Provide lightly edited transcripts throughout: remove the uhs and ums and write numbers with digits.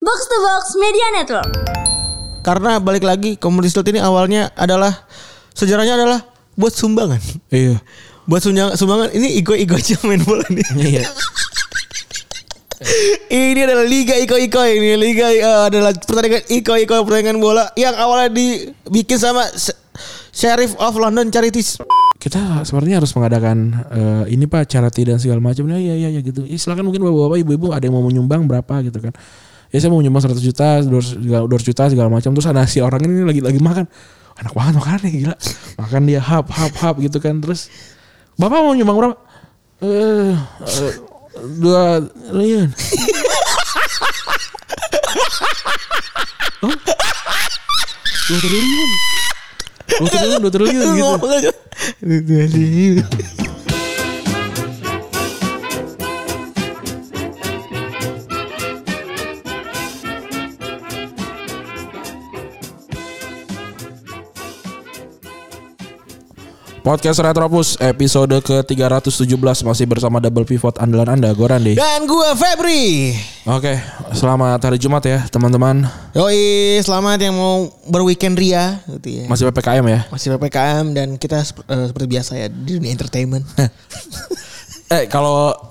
Box to Box Media Network. Karena balik lagi Comedy Slot ini awalnya adalah sejarahnya adalah buat sumbangan. Iya. Buat sumbangan ini Iko aja main bola nih. Iya. Ini adalah Liga Iko ini. Liga adalah pertandingan bola yang awalnya dibikin sama Sheriff of London Charities. Kita sepertinya harus mengadakan ini Pak charity dan segala macam. Ya gitu. Silakan mungkin bapak-bapak ibu-ibu ada yang mau menyumbang berapa gitu kan. Ya saya mau menyumbang 100 juta, 200 juta segala macam. Terus ada si orang ini lagi makan. Enak banget makannya gila. Makan dia hap gitu kan. Terus bapak mau nyumbang berapa? 2 triliun. Oh? 2 triliun. 2 triliun gitu. Podcast Retropus episode ke-317 masih bersama double pivot andalan Anda, gue Randy. Dan gue Febri. Oke, selamat hari Jumat ya teman-teman. Yoi, selamat yang mau berweekend ria gitu ya. Masih PPKM ya? Masih PPKM dan kita seperti biasa ya di dunia entertainment. Kalau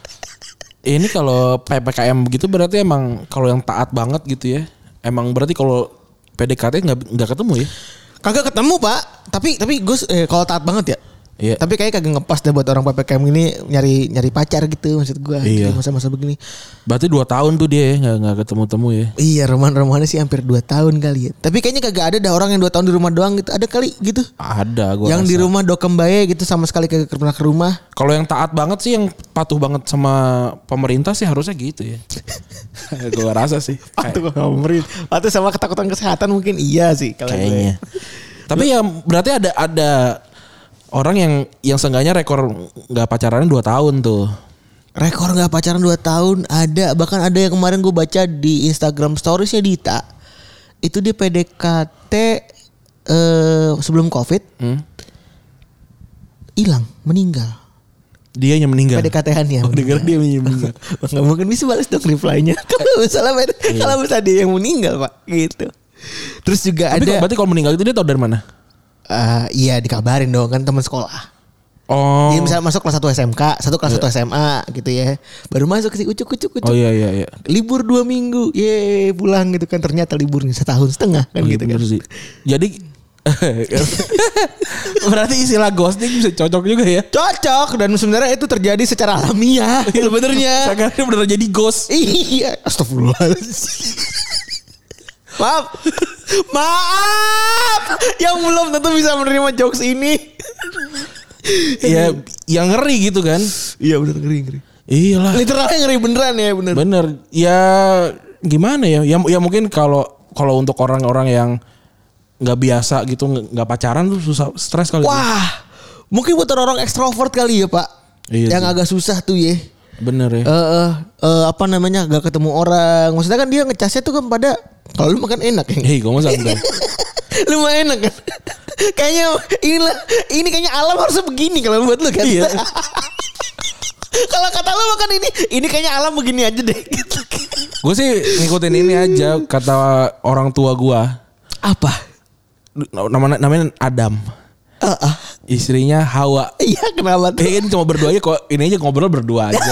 PPKM begitu berarti emang kalau yang taat banget gitu ya. Emang berarti kalau PDKT nggak ketemu ya? Kagak ketemu Pak, tapi gue kalau taat banget ya. Iya. Tapi kayak kagak ngepas deh buat orang PPKM ini nyari pacar gitu maksud gue. Iya. Masa-masa begini. Berarti 2 tahun tuh dia ya nggak ketemu-temu ya. Iya, roman-romannya sih hampir 2 tahun kali ya. Tapi kayaknya kagak ada dah orang yang 2 tahun di rumah doang gitu. Ada kali gitu. Ada gue. Yang rasa di rumah dokem bae gitu sama sekali kagak pernah ke rumah. Kalau yang taat banget sih, yang patuh banget sama pemerintah sih harusnya gitu ya. Gue rasa sih. Patuh sama pemerintah. Patuh sama ketakutan kesehatan mungkin iya sih kalau kayaknya. Tapi ya berarti ada orang yang seenggaknya rekor nggak pacaran 2 tahun tuh. Rekor nggak pacaran 2 tahun ada. Bahkan ada yang kemarin gue baca di Instagram storiesnya Dita. Itu dia PDKT sebelum COVID. Hilang, meninggal. Dia yang meninggal. PDKT-annya. Oh, dia meninggal. Nggak mungkin bisa balas dong reply-nya. Kalau misalnya dia yang meninggal Pak gitu. Terus juga tapi ada. Berarti kalau meninggal itu dia tahu dari mana? Iya dikabarin dong kan teman sekolah. Oh. Dia misalnya masuk kelas 1 SMK, satu kelas 1 SMA gitu ya. Baru masuk ke si ucuk. Oh iya. Libur 2 minggu. Pulang gitu kan, ternyata liburnya 1,5 tahun kan gitu kan. Sih. Jadi berarti istilah ghosting bisa cocok juga ya. Cocok, dan sebenarnya itu terjadi secara alamiah sebenarnya. Sekarang benar jadi ghost. Iya, astagfirullahaladzim. Maaf. Yang belum tentu bisa menerima jokes ini. Ya, yang ngeri gitu kan. Iya benar, ngeri. Iyalah. Literalnya ngeri beneran ya, bener. Bener. Ya gimana ya? Ya mungkin kalau untuk orang-orang yang nggak biasa gitu, nggak pacaran tuh susah, stres kali. Wah, mungkin buat orang-orang ekstrovert kali ya Pak. Iya yang sih. Agak susah tuh ya. Bener ya. Apa namanya, gak ketemu orang. Maksudnya kan dia ngecasnya tuh kan pada kalau lu makan enak ya. Hei, ngomong santai. Lumayan enak kan. Kayaknya ini kayaknya alam harusnya begini kalau buat lu kan. Iya. Kalau kata lu makan ini kayaknya alam begini aja deh. Gue sih ngikutin ini aja kata orang tua gue. Apa? Namanya Adam. Istrinya Hawa. Iya, kenapa tuh? Kan cuma berdua aja kok. Ini aja ngobrol berdua aja.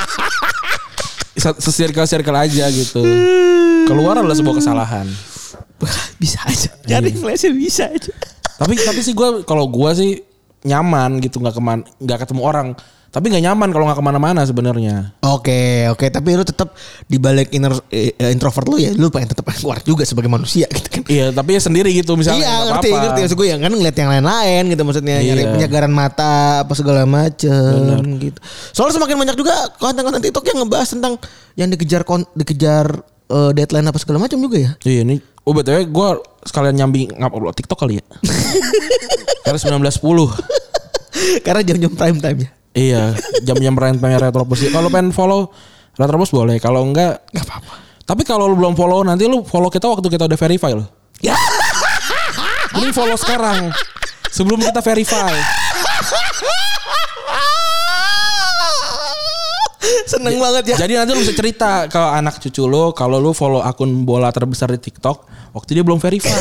Circle aja gitu. Keluar adalah sebuah kesalahan. Bisa aja. Cari ngelesnya bisa aja. Tapi sih kalau gue sih nyaman gitu, nggak ketemu orang. Tapi nggak nyaman kalau nggak kemana-mana sebenarnya. Oke. Tapi lu tetap di balik introvert lu ya, lu pengen tetap keluar juga sebagai manusia gitu kan. Iya, tapi ya sendiri gitu misalnya. Iya, ngerti maksud gue, yang kan ngeliat yang lain-lain gitu maksudnya. Iya. Nyari penyegaran mata apa segala macem gitu. Soalnya semakin banyak juga konten-konten TikTok yang ngebahas tentang yang dikejar deadline apa segala macam juga ya. Iya, ini BTW gue sekalian nyambi ngupload TikTok kali ya. Karena 19.10. Karena jam-jam prime time ya. Iya, jam-jam prime time Retropus. Kalau pengen follow Retropus boleh, kalau enggak apa-apa. Tapi kalau lu belum follow, nanti lu follow kita waktu kita udah verify loh. Ya. Jadi follow sekarang sebelum kita verify. Seneng banget ya. Jadi nanti lu bisa cerita ke anak cucu lu kalau lu follow akun bola terbesar di TikTok waktu dia belum verified.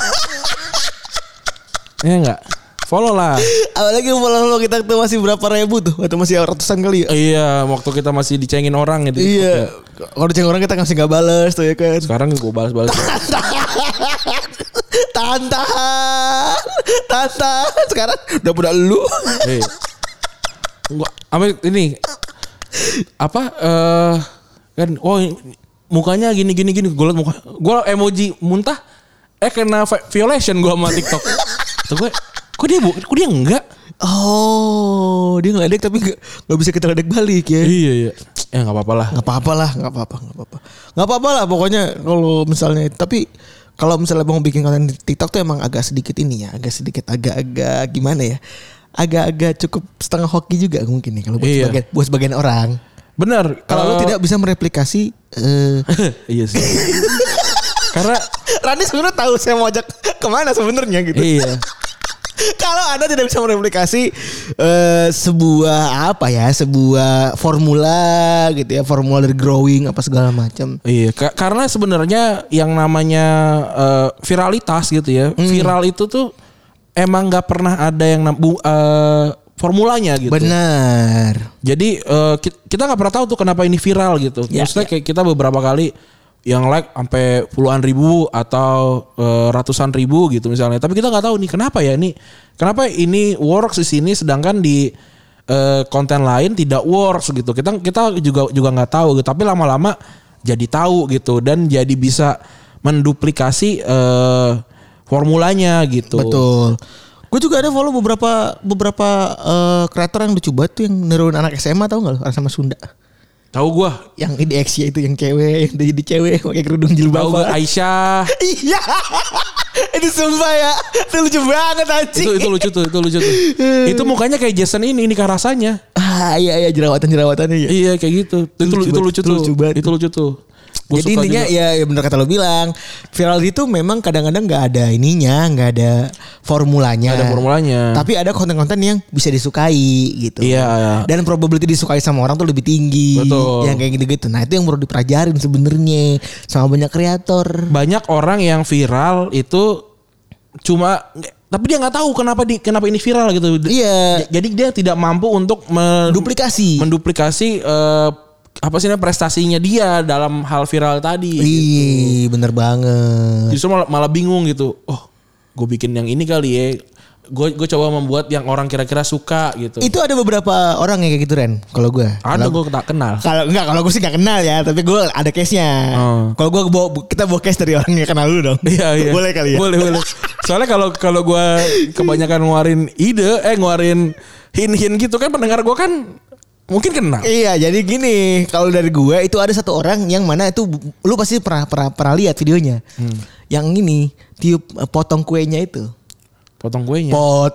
Iya enggak? Follow lah. Apalagi follow kita tuh masih berapa ribu tuh, atau masih ratusan kali ya? Iya, waktu kita masih dicengin orang gitu. Iya. Kalau dicengin orang kita masih nggak balas tuh ya kan. Sekarang gue balas-balas. Tantan. Sekarang udah lu. Gua ini apa kan mukanya gini gue liat muka gue emoji muntah kena violation gue sama TikTok. Tuh gue kok dia enggak. Oh, dia ngeledek tapi nggak bisa kita ledek balik ya. Iya. Ya nggak apa-apa lah. Pokoknya kalau misalnya, tapi kalau misalnya mau bikin konten di TikTok tuh emang agak sedikit ini ya, agak gimana ya, agak cukup setengah hoki juga mungkin nih kalau buat sebagian orang. Benar. Kalau lu tidak bisa mereplikasi. Iya sih. Karena Rani sebenarnya tahu saya mau ajak kemana sebenarnya gitu. Iya. Kalau Anda tidak bisa mereplikasi sebuah formula gitu ya, formula dari growing apa segala macam. Iya, karena sebenarnya yang namanya viralitas gitu ya, viral itu tuh emang nggak pernah ada yang formulanya gitu. Benar. Jadi kita nggak pernah tahu tuh kenapa ini viral gitu. Maksudnya kayak kita beberapa kali yang like sampai puluhan ribu atau ratusan ribu gitu misalnya. Tapi kita nggak tahu nih kenapa ini works di sini sedangkan di konten lain tidak works gitu. Kita juga nggak tahu gitu. Tapi lama-lama jadi tahu gitu dan jadi bisa menduplikasi formulanya gitu. Betul. Gue juga ada follow beberapa kreator yang lucu banget tuh, yang niruin anak SMA, tahu nggak lo? Anak sama Sunda. Tahu gue. Yang di X-nya itu, yang cewek, yang jadi cewek pakai kerudung jilbab. Tahu gue, Aisyah. Iya. Itu sumpah ya. Itu lucu banget anjing. Itu lucu tuh. Itu mukanya kayak Jason ini kah rasanya. Iya jerawatan-jerawatannya ya. Iya kayak gitu. Itu lucu tuh. Itu lucu tuh. Jadi intinya ya benar kata lo bilang, viral itu memang kadang-kadang nggak ada ininya, nggak ada formulanya. Nggak ada formulanya. Tapi ada konten-konten yang bisa disukai gitu. Iya. Dan probability disukai sama orang tuh lebih tinggi. Betul. Yang kayak gitu-gitu. Nah itu yang perlu dipelajarin sebenarnya sama banyak kreator. Banyak orang yang viral itu tapi dia nggak tahu kenapa ini viral gitu. Iya. Jadi dia tidak mampu untuk menduplikasi apa sih prestasinya dia dalam hal viral tadi. Iya, gitu. Bener banget. Justru malah bingung gitu. Oh, gue bikin yang ini kali ya. Gue coba membuat yang orang kira-kira suka gitu. Itu ada beberapa orang yang kayak gitu, Ren. Kalau gue. Ada, gue tak kenal. Kalau gue sih gak kenal ya, tapi gue ada case-nya. Kalau gue kita bawa case dari orang yang kenal dulu dong. Iya. Boleh kali ya. Boleh. Soalnya kalau gue kebanyakan ngeluarin ngeluarin hin gitu kan, pendengar gue kan mungkin kenal. Iya, jadi gini, kalau dari gue itu ada satu orang yang mana itu lu pasti pernah lihat videonya. Yang ini tiup potong kuenya itu. Potong kuenya.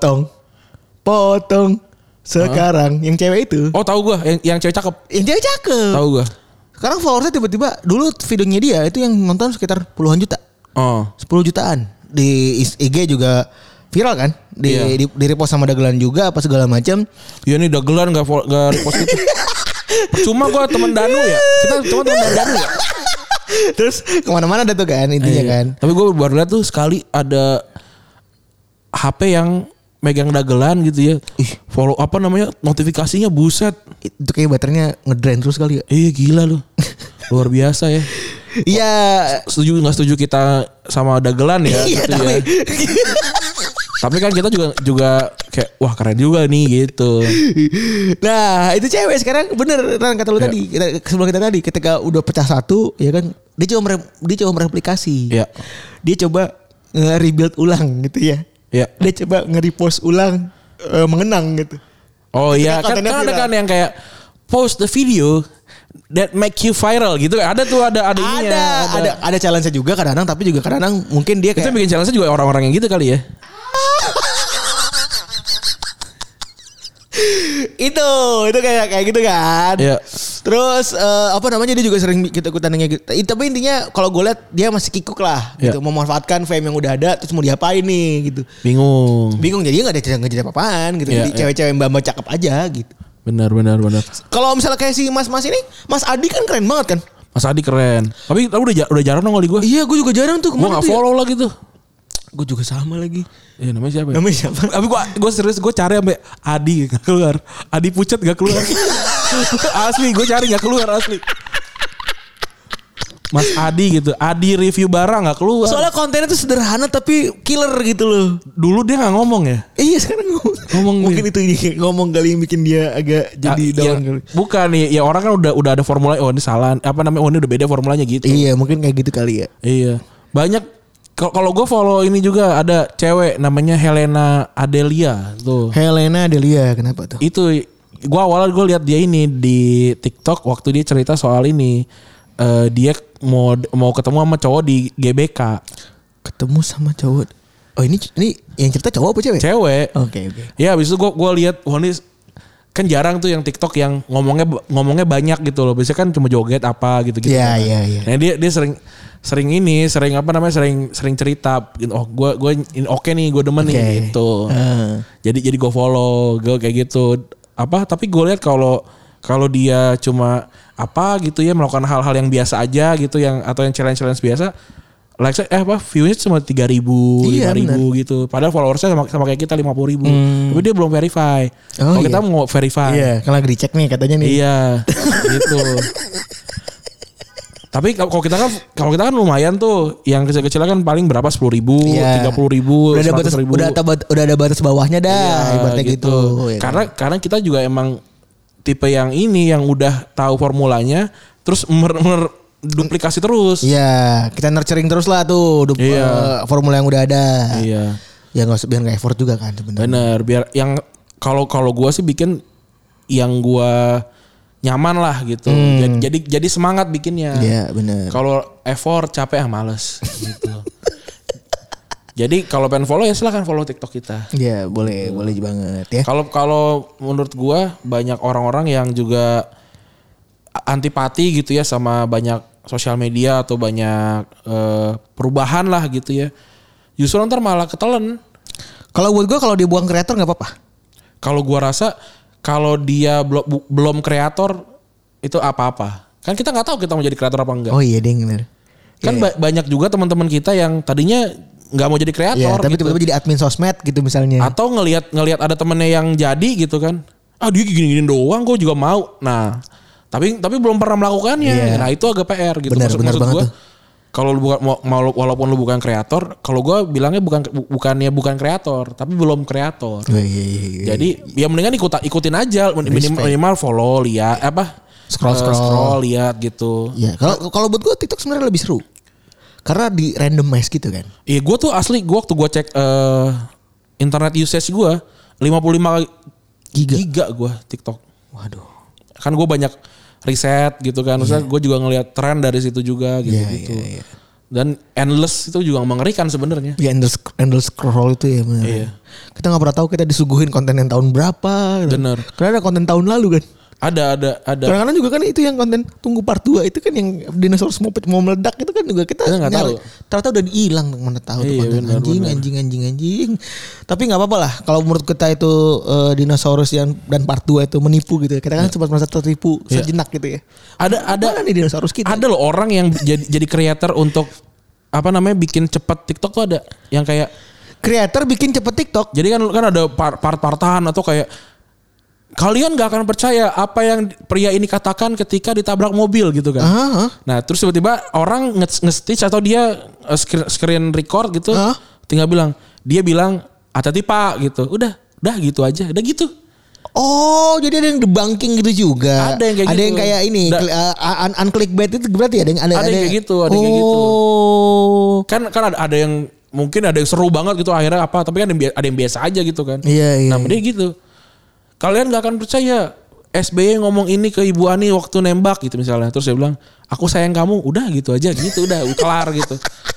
Potong. Sekarang yang cewek itu. Oh, tahu gue, yang cewek cakep. Yang cewek cakep. Tahu gue. Sekarang followersnya tiba-tiba dulu videonya dia itu yang nonton sekitar puluhan juta. 10 jutaan. Di IG juga viral kan, di repost sama dagelan juga apa segala macam. Iya nih dagelan nggak repost itu. Cuma gue teman Danu ya, kita cuma teman Danu ya. Terus kemana-mana ada tuh kan intinya kan. Tapi gue baru lihat tuh sekali ada HP yang megang dagelan gitu ya. Follow apa namanya, notifikasinya buset. Itu kayak baterainya ngedrain terus kali ya. Iya gila loh. Luar biasa ya. Iya. Setuju nggak setuju kita sama dagelan ya? Iya gitu ya. Tapi kan kita juga kayak wah keren juga nih gitu. Nah itu cewek sekarang bener kan kata lu tadi. Sebelum kita tadi ketika udah pecah satu ya kan, dia coba mereplikasi. Iya. Dia coba nge-rebuild ulang gitu ya. Iya. Dia coba nge-repost ulang mengenang gitu. Oh iya kan ada kan yang kayak post the video that make you viral gitu. Ada ininya. Ada challenge juga kadang-kadang, tapi juga kadang-kadang mungkin dia kayak. Itu bikin challenge juga orang-orang yang gitu kali ya. itu kayak gitu kan. Iya. Terus apa namanya, dia juga sering ikutan gitu. Tapi intinya kalau gue lihat dia masih kikuk lah gitu, memanfaatkan fame yang udah ada terus mau diapain nih gitu. Bingung jadi nggak ada apa-apaan gitu. Jadi cewek-cewek mbak cakep aja gitu. Benar. Kalau misalnya kayak si Mas ini, Mas Adi kan keren banget kan. Mas Adi keren. Tapi udah jarang nongol di gue. Iya, gue juga jarang tuh. Gue nggak follow lagi tuh. Gue juga sama lagi. Namanya siapa? Namanya siapa? Tapi gue serius gue cari sampai Adi gak keluar. Adi Pucet gak keluar. Asli gue cari gak keluar asli. Mas Adi gitu. Adi review barang gak keluar. Soalnya kontennya tuh sederhana tapi killer gitu loh. Dulu dia gak ngomong ya? Iya sekarang ngomong. Mungkin itu ngomong kali yang bikin dia agak jadi down kali. Bukan nih, ya orang kan udah ada formula. Oh ini salah. Apa namanya? Oh ini udah beda formulanya gitu. Iya mungkin kayak gitu kali ya. Iya. Banyak. Kalau gue follow ini juga ada cewek namanya Helena Adelia tuh. Helena Adelia kenapa tuh? Itu gue awalnya gue lihat dia ini di TikTok waktu dia cerita soal ini. Dia mau ketemu sama cowok di GBK. Ketemu sama cowok. Oh ini yang cerita cowok apa cewek? Cewek. Oke. Ya abis itu gue lihat wah ini kan jarang tuh yang TikTok yang ngomongnya banyak gitu loh. Biasanya kan cuma joget apa gitu. Iya. Nah dia sering cerita gitu. Oh gue oke nih gue demen nih gitu. Jadi gue follow gue kayak gitu. Tapi gue lihat kalau dia cuma apa gitu ya melakukan hal-hal yang biasa aja gitu atau yang challenge biasa, viewnya cuma 3.000, 5.000 gitu. Padahal followersnya sama kayak kita 50.000. Tapi dia belum verify. Kalau kita mau verify. Iya, kan lagi dicek nih katanya nih. Iya, gitu. Tapi kalau kita kan lumayan tuh, yang kecil-kecil kan paling berapa 10.000, 30.000, 100.000. Udah ada batas bawahnya dah, ibaratnya gitu. Karena kita juga emang tipe yang ini yang udah tahu formulanya terus duplikasi terus. Iya, kita nurturing terus lah tuh formula yang udah ada. Iya. Ya nggak usah biar nggak effort juga kan sebenarnya. Bener, biar yang kalau gue sih bikin yang gue nyaman lah gitu. Jadi semangat bikinnya. Iya, bener. Kalau effort capek males gitu. Jadi kalau pengen follow ya silahkan follow TikTok kita. Iya boleh banget ya. Kalau menurut gua banyak orang-orang yang juga antipati gitu ya sama banyak sosial media atau banyak perubahan lah gitu ya. Justru ntar malah ketelen. Kalau buat gua kalau dia buang kreator nggak apa-apa. Kalau gua rasa kalau dia belum kreator itu apa-apa. Kan kita nggak tahu kita mau jadi kreator apa enggak. Oh iya ding bener. Kan banyak juga teman-teman kita yang tadinya nggak mau jadi kreator, tapi gitu. tiba-tiba jadi admin sosmed gitu misalnya. Atau ngelihat ada temennya yang jadi gitu kan, dia gini-gini doang, gue juga mau. Nah, tapi belum pernah melakukannya. Yeah. Nah itu agak PR gitu. Maksud gue, kalau walaupun lu bukan kreator, kalau gue bilangnya bukan kreator, tapi belum kreator. Iya. Jadi ya mendingan ikutin aja, minimal follow, lihat scroll lihat gitu. Iya. Kalau buat gue TikTok sebenarnya lebih seru. Karena di randomize gitu kan. Iya gue tuh asli waktu gue cek internet usage gue 55 giga gue TikTok. Waduh. Kan gue banyak riset gitu kan. Maksudnya gue juga ngelihat tren dari situ juga gitu. Iya. Dan endless itu juga mengerikan sebenarnya. Ya endless scroll itu ya benar. Iya. Kita nggak pernah tahu kita disuguhin konten yang tahun berapa. Bener. Karena ada konten tahun lalu kan. Ada. Kadang-kadang juga kan itu yang konten tunggu part 2 itu kan yang dinosaurus mau meledak itu kan juga kita nggak tahu. Ternyata udah hilang mana tahu tuh konten anjing. Tapi nggak apa-apa lah kalau menurut kita itu dinosaurus yang dan part 2 itu menipu gitu ya. Kita kan sempat merasa tertipu sejenak gitu ya. Ada nih dinosaurus kita. Ada loh orang yang jadi creator untuk bikin cepat TikTok tuh ada yang kayak creator bikin cepet TikTok. Jadi kan ada part-partan atau kayak kalian gak akan percaya apa yang pria ini katakan ketika ditabrak mobil gitu kan. Nah terus tiba-tiba orang nge-stitch atau dia screen record gitu. Tinggal dia bilang hati-hati pak gitu. Udah gitu aja. Udah gitu. Oh jadi ada yang debunking gitu juga. Ada yang kayak gitu. Ada yang kayak ini unclickbait itu berarti ada yang kayak gitu. Ada kayak gitu. Kan ada yang mungkin ada yang seru banget gitu akhirnya apa. Tapi kan ada yang biasa aja gitu kan. Iya. Nah dia gitu. Kalian gak akan percaya SBY ngomong ini ke Ibu Ani waktu nembak gitu misalnya. Terus dia bilang, aku sayang kamu. Udah gitu aja gitu. Udah kelar gitu.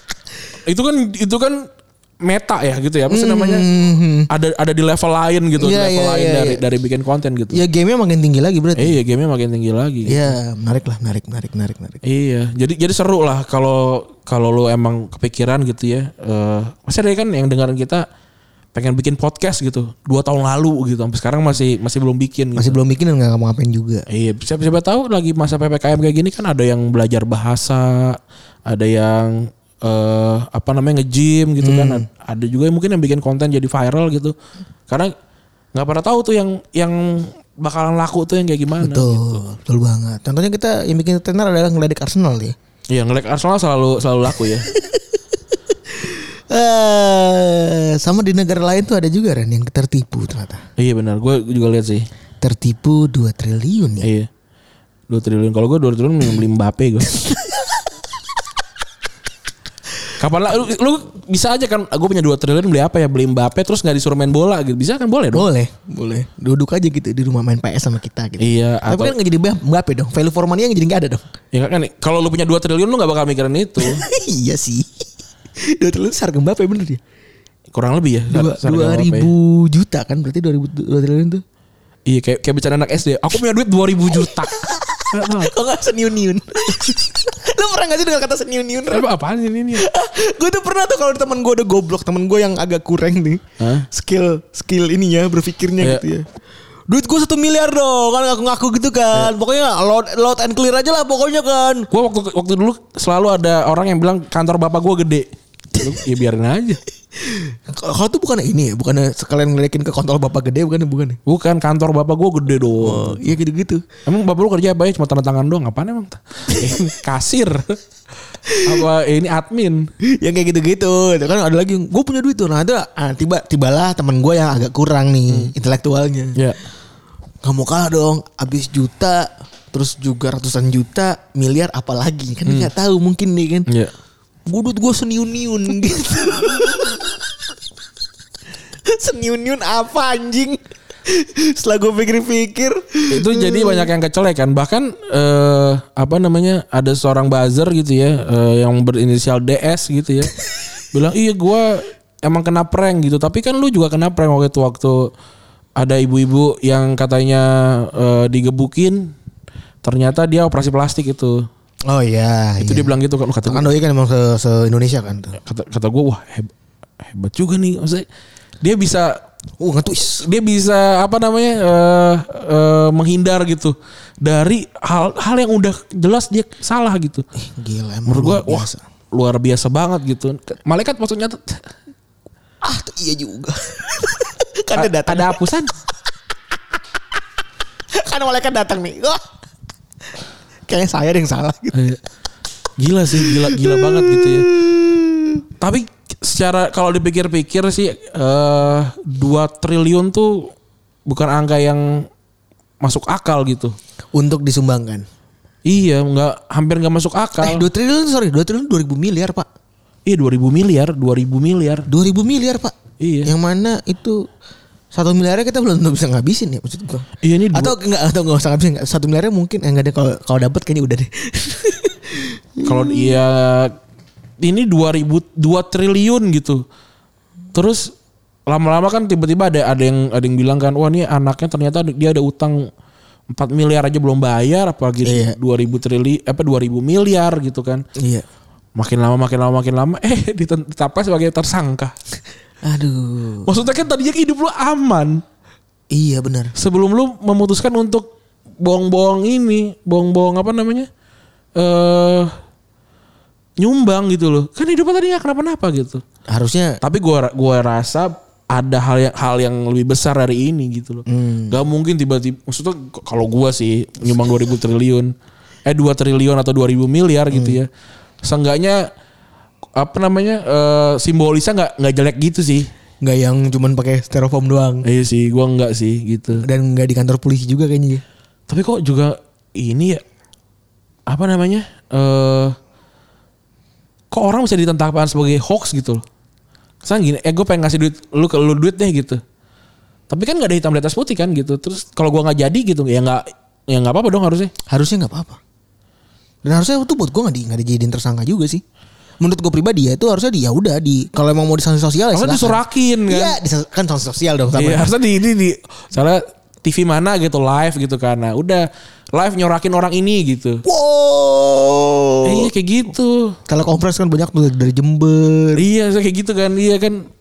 Itu kan meta ya gitu ya. Apa sih namanya? Ada di level lain gitu. Level lain dari bikin konten gitu. Ya gamenya makin tinggi lagi berarti. Iya gamenya makin tinggi lagi. Iya gitu. Menarik. Iya jadi seru lah kalau lu emang kepikiran gitu ya. Pasti ada kan yang dengerin kita pengen bikin podcast gitu 2 tahun lalu gitu, sampai sekarang masih belum bikin gitu. Masih belum bikin dan nggak ngapain juga. Iya, siapa tahu lagi masa PPKM kayak gini kan ada yang belajar bahasa, ada yang nge-gym gitu kan, ada juga yang mungkin yang bikin konten jadi viral gitu, karena nggak pernah tahu tuh yang bakalan laku tuh yang kayak gimana. Betul banget. Contohnya kita yang bikin tenar adalah ngeledek Arsenal ya. Iya, ngeledek Arsenal selalu laku ya. Sama di negara lain tuh ada juga Ren yang tertipu ternyata. Iya benar, gue juga lihat sih. Tertipu 2 triliun ya. Iya. 2 triliun. Kalau gue 2 triliun beli Mbappe gue. Kapan lah lu bisa aja kan, gue punya 2 triliun beli apa ya? Beli Mbappe terus enggak disuruh main bola gitu. Bisa kan, boleh dong? Boleh. Duduk aja gitu di rumah main PS sama kita gitu. Iya, tapi kan enggak jadi Mbappe dong. Value for money jadi enggak ada dong. Ya kan, kalau lu punya 2 triliun lu enggak bakal mikirin itu. Iya sih. 2 triliun harga Mbappe bener ya? Kurang lebih ya. 2.000 juta kan berarti 2 triliun tuh. Iya, kayak bercanda anak SD. Aku punya duit 2.000 juta. Kok gak seniun-niun? Lu pernah gak sih dengan kata seniun-niun? Apaan sih ini? Gue tuh pernah tuh kalau temen gue udah goblok, temen gue yang agak kurang nih. Skill ininya berpikirnya gitu ya. Duit gue 1 miliar dong kan, ngaku-ngaku gitu kan. Pokoknya loud and clear aja lah pokoknya kan. Gue waktu dulu selalu ada orang yang bilang kantor bapak gue gede. Ya biarin aja. Kalau tuh bukan ini ya, bukan sekalian ngelekin ke kantor bapak gede, bukan. Bukan, kantor bapak gue gede dong. Oh, iya gitu-gitu. Emang bapak lu kerja apa ya? Cuma tanda tangan doang. Apaan emang? Kasir. Apa ini admin? Yang kayak gitu-gitu. Kan ada lagi, gue punya duit tuh. Nah tibalah teman gue yang agak kurang nih intelektualnya. Iya. Gak mau kalah dong. Abis juta, terus juga ratusan juta, miliar apalagi. Kan nggak tahu mungkin nih kan. Iya. Gue seniun-niun gitu. Seniun-niun apa anjing? Setelah gue pikir-pikir, itu jadi banyak yang kecelek kan. Bahkan ada seorang buzzer gitu ya, yang berinisial DS gitu ya, bilang iya gue emang kena prank gitu. Tapi kan lu juga kena prank waktu ada ibu-ibu yang katanya digebukin, ternyata dia operasi plastik itu. Oh iya. Itu dia bilang gitu kan. Kata kan doi kan emang se Indonesia kan tuh. Kata gue, wah hebat juga nih. Maksudnya dia bisa nge-twist. Dia bisa menghindar gitu dari hal yang udah jelas dia salah gitu. Gila emang. Menurut gue wah luar biasa banget gitu. Malaikat maksudnya tuh iya juga. Kan ada hapusan. Kan malaikat datang nih. Kayaknya saya yang salah gitu. Gila sih, gila banget gitu ya. Tapi secara kalau dipikir-pikir sih 2 triliun tuh bukan angka yang masuk akal gitu. Untuk disumbangkan. Iya, hampir nggak masuk akal. 2 triliun 2.000 miliar, Pak. Iya, 2.000 miliar, Pak. Iya. Yang mana itu 1 miliarnya kita belum tentu bisa ngabisin ya maksud gua. Iya ini atau enggak usah ngabisin. 1 miliarnya mungkin enggak deh, kalau dapat kayaknya udah deh. Kalau iya ini 2 triliun gitu. Terus lama-lama kan tiba-tiba ada yang bilang kan, wah ini anaknya ternyata dia ada utang 4 miliar aja belum bayar, apalagi 2.000 miliar gitu kan. Iya. Makin lama ditetapkan sebagai tersangka. Aduh. Maksudnya kan tadinya hidup lu aman. Iya benar. Sebelum lu memutuskan untuk bohong-bohong nyumbang gitu loh. Kan hidupnya tadi gak kenapa-napa gitu. Harusnya. Tapi gua rasa ada hal yang lebih besar dari ini gitu loh. Gak mungkin tiba-tiba, maksudnya kalau gua sih nyumbang 2 triliun atau 2.000 miliar gitu ya. Seenggaknya simbolisnya nggak jelek gitu sih. Nggak yang cuman pakai styrofoam doang. Iya sih, gua nggak sih gitu. Dan nggak di kantor polisi juga kayaknya. Tapi kok juga ini ya kok orang bisa ditentangkan sebagai hoax gitu loh. Kesan gini, gue pengen ngasih duit lu ke lu duit deh gitu. Tapi kan nggak ada hitam di atas putih kan gitu. Terus kalau gua nggak jadi gitu, ya nggak apa-apa dong harusnya. Harusnya nggak apa-apa. Dan harusnya itu buat gue nggak dijadiin tersangka juga sih. Menurut gue pribadi ya itu harusnya kalau emang mau disanksi sosial ya silakan. Disurakin kan. Iya kan sanksi sosial dong. Iya harusnya di salah TV mana gitu live gitu kan. Nah udah live nyorakin orang ini gitu. Wow. Iya kayak gitu. Telekonferensi kan banyak tuh dari Jember. Iya kayak gitu kan. Iya kan.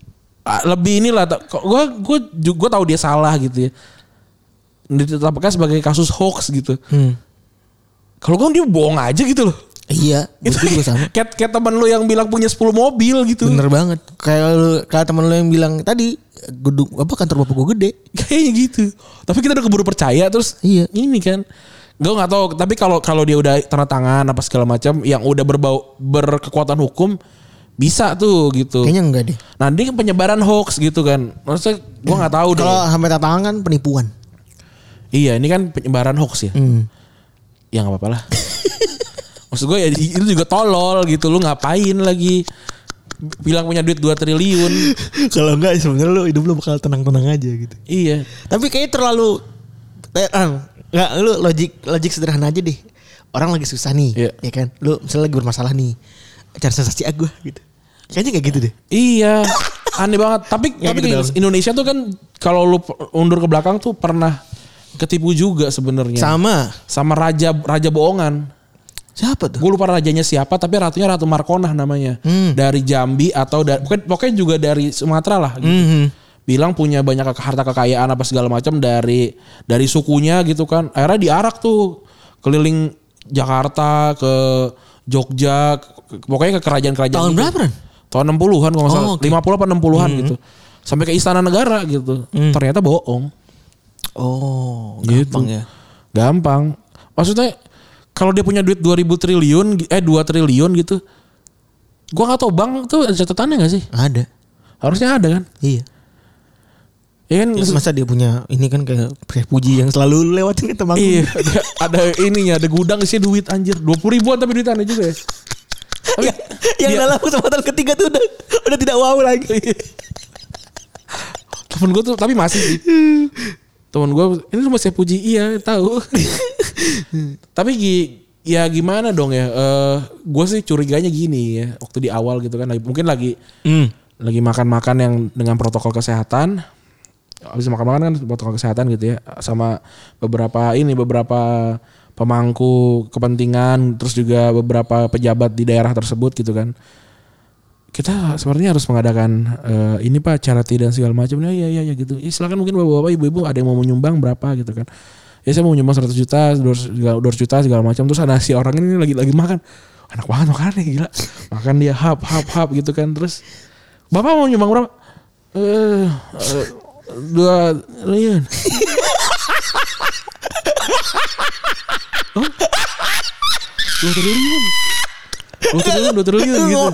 lebih inilah. Gue tahu dia salah gitu ya. Ditetapkan sebagai kasus hoax gitu. Kalau kan dia bohong aja gitu loh. Iya, itu juga sama. Kayak teman lu yang bilang punya 10 mobil gitu. Bener banget. Kayak teman lu yang bilang tadi gedung kantor bapak gue gede. Kayaknya gitu. Tapi kita udah keburu percaya terus. Iya. Ini kan. Gue nggak tahu. Tapi kalau dia udah tanda tangan apa segala macam yang udah berkekuatan hukum bisa tuh gitu. Kayaknya enggak deh. Nah ini penyebaran hoax gitu kan. Maksudnya gue nggak tahu deh. Kalau sampai tanda tangan kan penipuan. Iya ini kan penyebaran hoax ya. Ya nggak apa-apa lah. Maksud gue ya itu juga tolol gitu. Lu ngapain lagi bilang punya duit 2 triliun. Kalau enggak sebenarnya lu hidup lu bakal tenang-tenang aja gitu. Iya. Tapi kayaknya terlalu enggak, lu logik sederhana aja deh. Orang lagi susah nih, ya kan? Lu misalnya lagi bermasalah nih. Cari sensasi gue gitu. Kayaknya kayak gitu deh. Iya. Aneh banget. Tapi gitu Indonesia tuh kan kalau lu undur ke belakang tuh pernah ketipu juga sebenarnya. Sama raja bohongan. Siapa tuh? Gue lupa rajanya siapa, tapi ratunya Ratu Markonah namanya. Dari Jambi atau pokoknya juga dari Sumatera lah gitu. Bilang punya banyak harta kekayaan apa segala macam dari sukunya gitu kan. Akhirnya diarak tuh keliling Jakarta ke Jogja, pokoknya ke kerajaan-kerajaan. Tahun gitu. berapa kan? Tahun 60-an kalau nggak salah. Okay. 50 apa 60-an gitu. Sampai ke Istana Negara gitu. Ternyata bohong. Oh, gitu. Gampang ya. Gampang. Maksudnya kalau dia punya duit 2 triliun gitu. Gua enggak tahu bank tuh ada catatannya enggak sih? Ada. Harusnya ada kan? Iya. Ya kan masa dia punya ini kan kayak Puji yang selalu lewatin ke Temanggung. Iya, ada ininya, ada gudang isi duit anjir. 20 ribuan tapi duitannya juga ya. Tapi yang dalam kesempatan ketiga tuh udah tidak wow lagi. Temen gue tuh tapi masih sih. Temen gue ini rumah saya Puji, iya tahu. Tapi ya gimana dong ya? Gue sih curiganya gini ya. Waktu di awal gitu kan, mungkin lagi makan-makan yang dengan protokol kesehatan. Habis makan-makan kan protokol kesehatan gitu ya. Sama beberapa pemangku kepentingan, terus juga beberapa pejabat di daerah tersebut gitu kan. Kita sepertinya harus mengadakan ini Pak, charity dan segala macam. Ya gitu. Silakan mungkin bapak-bapak, ibu-ibu ada yang mau menyumbang berapa gitu kan. Ya saya mau menyumbang 100 juta, 200 juta segala macam. Terus ada si orang ini lagi makan. Enak banget makannya gila. Makan dia hap gitu kan. Terus Bapak mau nyumbang berapa? 2 triliun. 2 triliun gitu.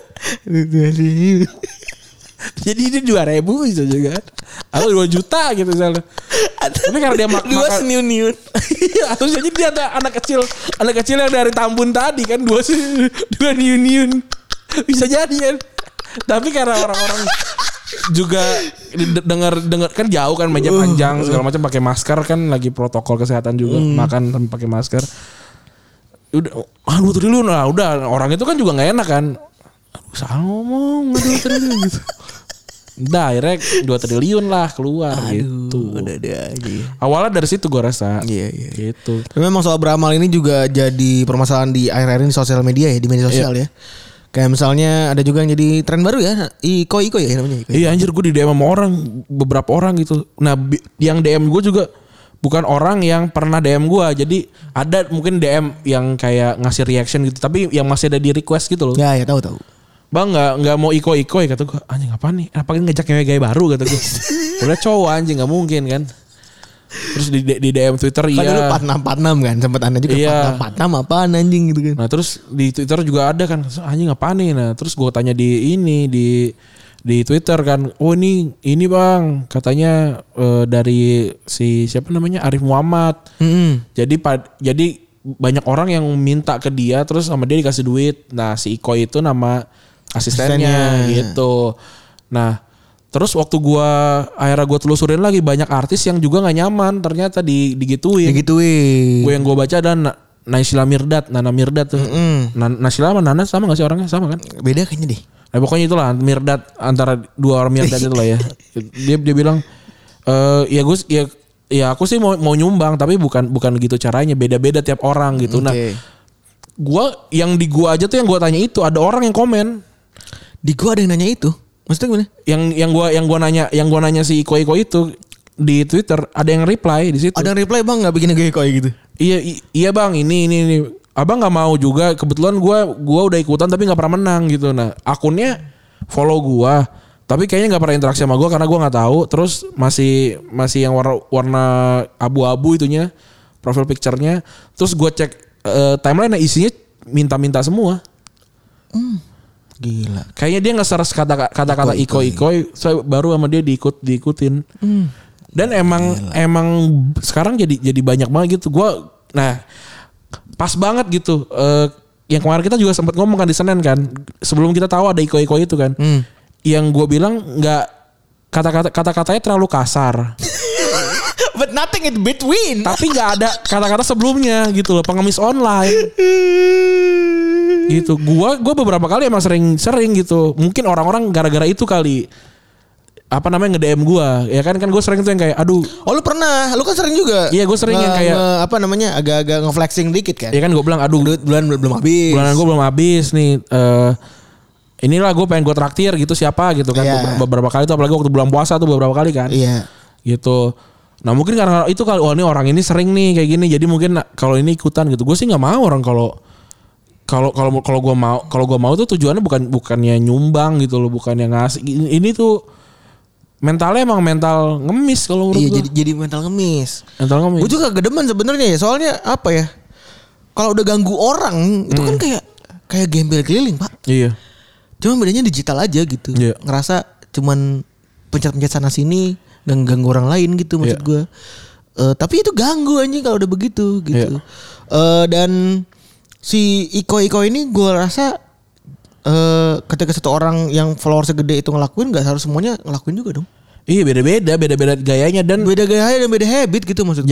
Jadi dia 2.000 bisa juga. Atau 2 juta gitu misalnya. Tapi karena dia makan 2 seniun. atau jadi dia ada anak kecil yang dari Tambun tadi kan 2 niun. Bisa jadi kan. Tapi karena orang-orang juga dengar kan jauh kan, meja panjang segala macam, pakai masker kan, lagi protokol kesehatan juga, makan tanpa pakai masker. Udah 2 triliun lah, udah orang itu kan juga nggak enak kan. Salah ngomong 2 triliun gitu. Direct 2 triliun lah keluar. Aduh, gitu. Udah aja. Awalnya dari situ gue rasa. Iya. Gitu. Tapi memang soal beramal ini juga jadi permasalahan di akhir-akhir ini di sosial media ya, di media sosial ya. Kayak misalnya ada juga yang jadi tren baru ya, Iko ya namanya. Iya anjir, gue di DM sama beberapa orang gitu. Nah yang DM gue juga bukan orang yang pernah DM gue. Jadi ada mungkin DM yang kayak ngasih reaction gitu, tapi yang masih ada di request gitu loh. Ya tahu. Bang nggak mau Iko ya, kata gue. Anjing apa nih? Apa ngejak gaya baru kata gue. Udah cowok anjing, nggak mungkin kan. Terus di DM Twitter kan dulu 46 kan, sempat anda juga 46 apaan anjing gitu kan. Nah terus di Twitter juga ada kan, anjing apaan nih. Nah terus gue tanya di Twitter kan, oh ini bang katanya dari si siapa namanya Arif Muhammad. Jadi banyak orang yang minta ke dia, terus sama dia dikasih duit. Nah si Iko itu nama asistennya gitu. Nah terus waktu akhirnya gue telusurin lagi, banyak artis yang juga gak nyaman ternyata digituin. Gue yang gue baca ada Nana Mirdad tuh. Naysila sama Nana sama gak sih orangnya? Sama kan? Beda kayaknya deh. Nah pokoknya itulah Mirdad, antara 2 orang Mirdad itulah ya. Dia bilang aku sih mau nyumbang, tapi bukan gitu caranya, beda-beda tiap orang gitu. Nah di gua aja tuh yang gue tanya itu, ada orang yang komen. Di gua ada yang nanya itu. Maksudnya gimana? Yang gua nanya si Iko itu di Twitter, ada yang reply di situ. Ada yang reply, Bang, enggak bikin Iko gitu. Iya Bang, ini. Abang nggak mau juga, kebetulan gua udah ikutan tapi nggak pernah menang gitu. Nah, akunnya follow gua, tapi kayaknya nggak pernah interaksi sama gua karena gua nggak tahu. Terus masih yang warna abu-abu itunya, profile picture-nya. Terus gua cek timeline, isinya minta semua. Gila. Kayaknya dia nge-search kata-kata Iko, so baru sama dia diikutin. Dan emang sekarang jadi banyak banget gitu. Nah, pas banget gitu. Yang kemarin kita juga sempat ngomong kan di Senin kan, sebelum kita tahu ada Iko itu kan. Yang gue bilang nggak, kata-katanya terlalu kasar. But nothing in between. Tapi nggak ada kata-kata sebelumnya gitu loh, pengemis online. Gitu. Gue beberapa kali emang sering gitu. Mungkin orang-orang gara-gara itu kali nge-DM gue. Ya kan gue sering tuh yang kayak aduh. Oh, lu pernah? Lu kan sering juga. Iya, gue sering yang kayak agak-agak nge-flexing dikit kan. Iya kan, gue bilang aduh, bulan belum habis. Bulanan gue belum habis nih. Inilah gue pengen gue traktir gitu, siapa gitu kan. Beberapa kali tuh, apalagi waktu bulan puasa tuh beberapa kali kan. Iya. Gitu. Nah, mungkin karena itu kali, ini orang ini sering nih kayak gini, jadi mungkin kalau ini ikutan gitu. Gue sih nggak mau orang kalau gue mau tuh tujuannya bukannya nyumbang gitu loh, bukannya ngasih. Ini tuh mentalnya emang mental ngemis kalau menurut gue. Iya, jadi mental ngemis. Mental ngemis. Gue juga gedeman sebenarnya ya, soalnya apa ya? Kalau udah ganggu orang itu kan kayak gembel keliling, Pak. Iya. Cuma bedanya digital aja gitu. Iya. Ngerasa cuman pencet-pencet sana sini, ganggu orang lain gitu maksud gue. Tapi itu ganggu anjing kalau udah begitu gitu. Dan si Iko ini gue rasa ketika satu orang yang follower segede itu ngelakuin, gak harus semuanya ngelakuin juga dong. Iya, beda-beda gayanya dan beda gaya dan beda habit gitu maksudnya.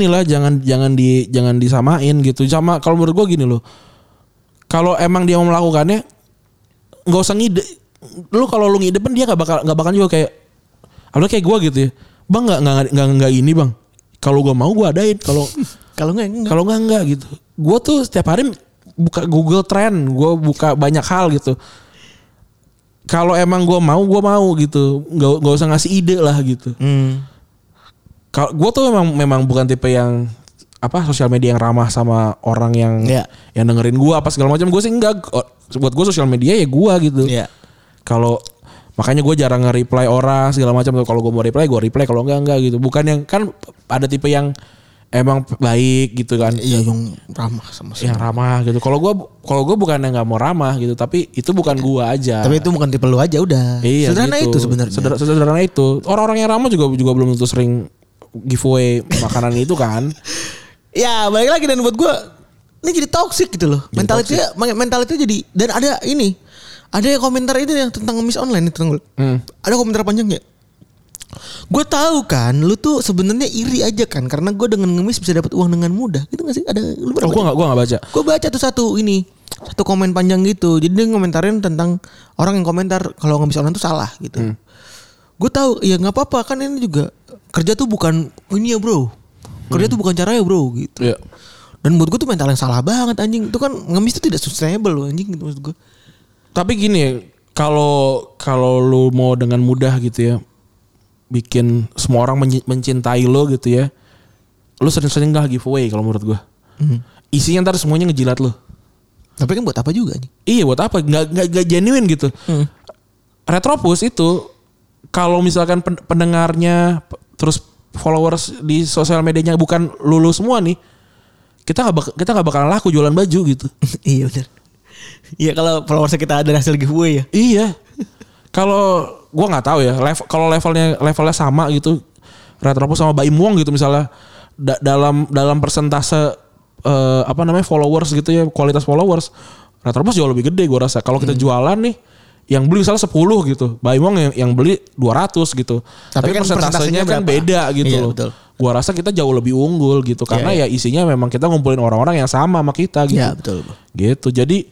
Jangan disamain gitu. Sama kalau menurut gue gini loh. Kalau emang dia mau melakukannya, nggak usah ngide. Lu kalau lu ngide pun dia nggak bakal juga kayak, apalagi kayak gue gitu ya. Bang nggak ini bang. Kalau gue mau gue adain. Kalau nggak gitu. Gue tuh setiap hari buka Google Trend, gue buka banyak hal gitu. Kalau emang gue mau gitu, nggak usah ngasih ide lah gitu. Kalau gue tuh memang bukan tipe yang sosial media yang ramah sama orang yang dengerin gue apa segala macam. Gue sih enggak. Buat gue sosial media ya gue gitu. Kalau makanya gue jarang nge-reply orang segala macam. Kalau gue mau reply, gue reply. Kalau enggak gitu. Bukan yang kan ada tipe yang emang baik gitu kan. Iya, yang ramah sama yang ramah gitu. Kalau gue bukan yang nggak mau ramah gitu, tapi itu bukan gue aja. Tapi itu bukan tipe lu aja udah. Iya, sederhana gitu. Itu sebenarnya. Sederhana itu. Orang-orang yang ramah juga belum tentu sering giveaway makanan itu kan. Ya balik lagi, dan buat gue ini jadi toxic gitu loh. Mentality jadi, dan ada yang komentar itu yang tentang ngemis online itu. Ada komentar panjangnya. Gue tahu kan, lu tuh sebenarnya iri aja kan, karena gue dengan ngemis bisa dapat uang dengan mudah, gitu nggak sih? Ada lu gue nggak baca. Gue baca tuh satu komen panjang gitu. Jadi dia ngomentarin tentang orang yang komentar kalau ngemis online tuh salah gitu. Gue tahu, ya nggak apa-apa kan, ini juga kerja tuh bukan ini ya bro, kerja tuh bukan caranya bro gitu. Yeah. Dan buat gue tuh mental yang salah banget anjing. Itu kan ngemis tuh tidak sustainable loh anjing gitu maksud gue. Tapi gini ya, kalau lu mau dengan mudah gitu ya, bikin semua orang mencintai lo gitu ya, lo sering-sering lah giveaway kalau menurut gue. Isinya ntar semuanya ngejilat lo. Tapi kan buat apa juga nih? Iya, buat apa? Nggak genuine gitu. Retropus itu kalau misalkan pendengarnya terus followers di sosial medianya bukan lulu semua nih, kita nggak bakalan laku jualan baju gitu. Iya benar. Iya, kalau followers kita ada hasil giveaway ya. Iya. Kalau gue nggak tahu ya, kalau levelnya sama gitu, Retropus sama Baim Wong gitu misalnya, dalam persentase followers gitu ya, kualitas followers, Retropus jauh lebih gede gue rasa. Kalau kita jualan nih, yang beli misalnya 10 gitu, Baim Wong yang beli 200 gitu. Tapi kan persentasenya kan beda gitu loh. Gue rasa kita jauh lebih unggul gitu, karena ya isinya memang kita ngumpulin orang-orang yang sama sama kita gitu. Iya betul. Gitu. Jadi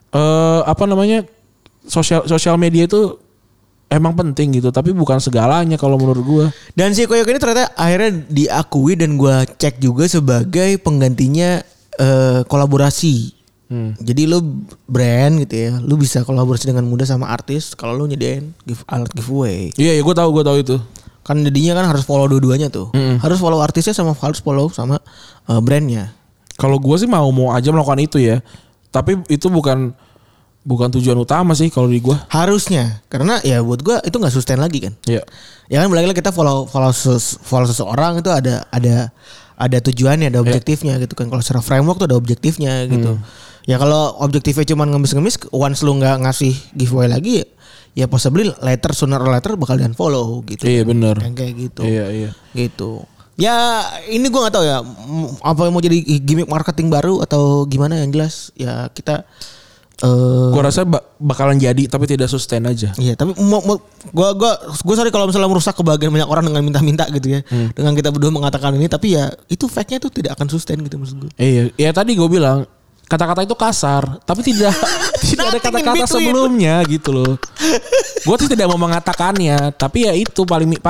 sosial media itu emang penting gitu, tapi bukan segalanya kalau menurut gue. Dan si Koyok ini ternyata akhirnya diakui, dan gue cek juga sebagai penggantinya kolaborasi Jadi lu brand gitu ya, lu bisa kolaborasi dengan mudah sama artis kalau lu nyediain alat giveaway. Iya, gue tahu itu. Kan jadinya kan harus follow dua-duanya tuh. Harus follow artisnya sama harus follow sama brandnya. Kalau gue sih mau aja melakukan itu ya. Tapi itu bukan tujuan utama sih kalau di gue. Harusnya, karena ya buat gue itu nggak sustain lagi kan. Iya. Ya kan lagi kita follow seseorang itu ada tujuannya, ada objektifnya gitu kan. Kalau secara framework tuh ada objektifnya gitu. Ya kalau objektifnya cuma ngemis-ngemis, once lu nggak ngasih giveaway lagi, ya possibly sooner or later bakal di unfollow gitu. Iya benar. Kayak gitu. Iya. Gitu. Ya ini gue nggak tahu ya apa mau jadi gimmick marketing baru atau gimana, yang jelas ya kita. Gue rasa bakalan jadi tapi tidak sustain aja. Iya, tapi gue sorry kalau misalnya merusak kebahagiaan banyak orang dengan minta-minta gitu ya. Dengan kita berdua mengatakan ini, tapi ya itu fact-nya tuh tidak akan sustain gitu maksud gue. Iya, ya tadi gue bilang kata-kata itu kasar, tapi tidak ada kata-kata sebelumnya gitu loh. Gue sih tidak mau mengatakannya, tapi ya itu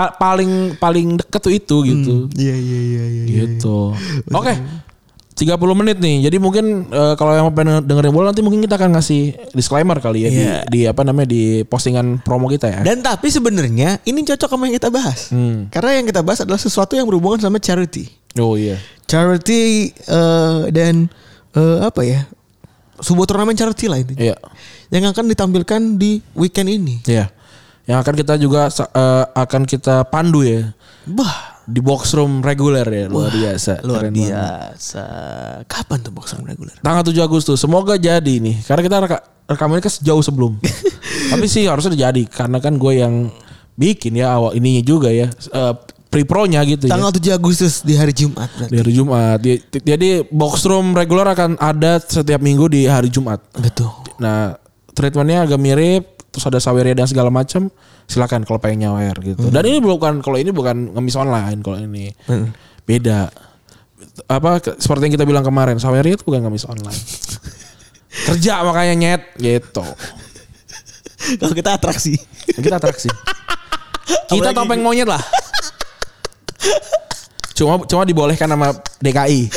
paling deket tuh itu gitu. Iya. Gitu. Oke. 30 menit nih. Jadi mungkin kalau yang pengen dengerin bola nanti mungkin kita akan ngasih disclaimer kali ya di di postingan promo kita ya. Dan tapi sebenarnya ini cocok sama yang kita bahas. Karena yang kita bahas adalah sesuatu yang berhubungan sama charity. Oh iya. Charity dan apa ya? Sebuah turnamen charity lah itu. Iya. Yang akan ditampilkan di weekend ini. Iya. Yang akan kita juga akan kita pandu ya. Di box room reguler ya. Luar biasa. Luar biasa. Kapan tuh box room reguler? Tanggal 7 Agustus. Semoga jadi nih. Karena kita rekamannya kan jauh sebelum. Tapi sih harusnya jadi. Karena kan gue yang bikin ya awal ininya juga ya. Pre-pro-nya gitu. Tanggal 7 Agustus di hari Jumat berarti. Di hari Jumat. Jadi box room reguler akan ada setiap minggu di hari Jumat. Betul. Nah treatmentnya agak mirip. Terus ada saweria dan segala macam. Silakan kalau pengen nyawer gitu. Dan ini bukan ngemis online kalau ini. Beda. Apa seperti yang kita bilang kemarin, saweria itu bukan ngemis online. Kerja makanya nyet gitu. Kalau kita atraksi. Kita topeng monyet lah. Cuma dibolehkan sama DKI.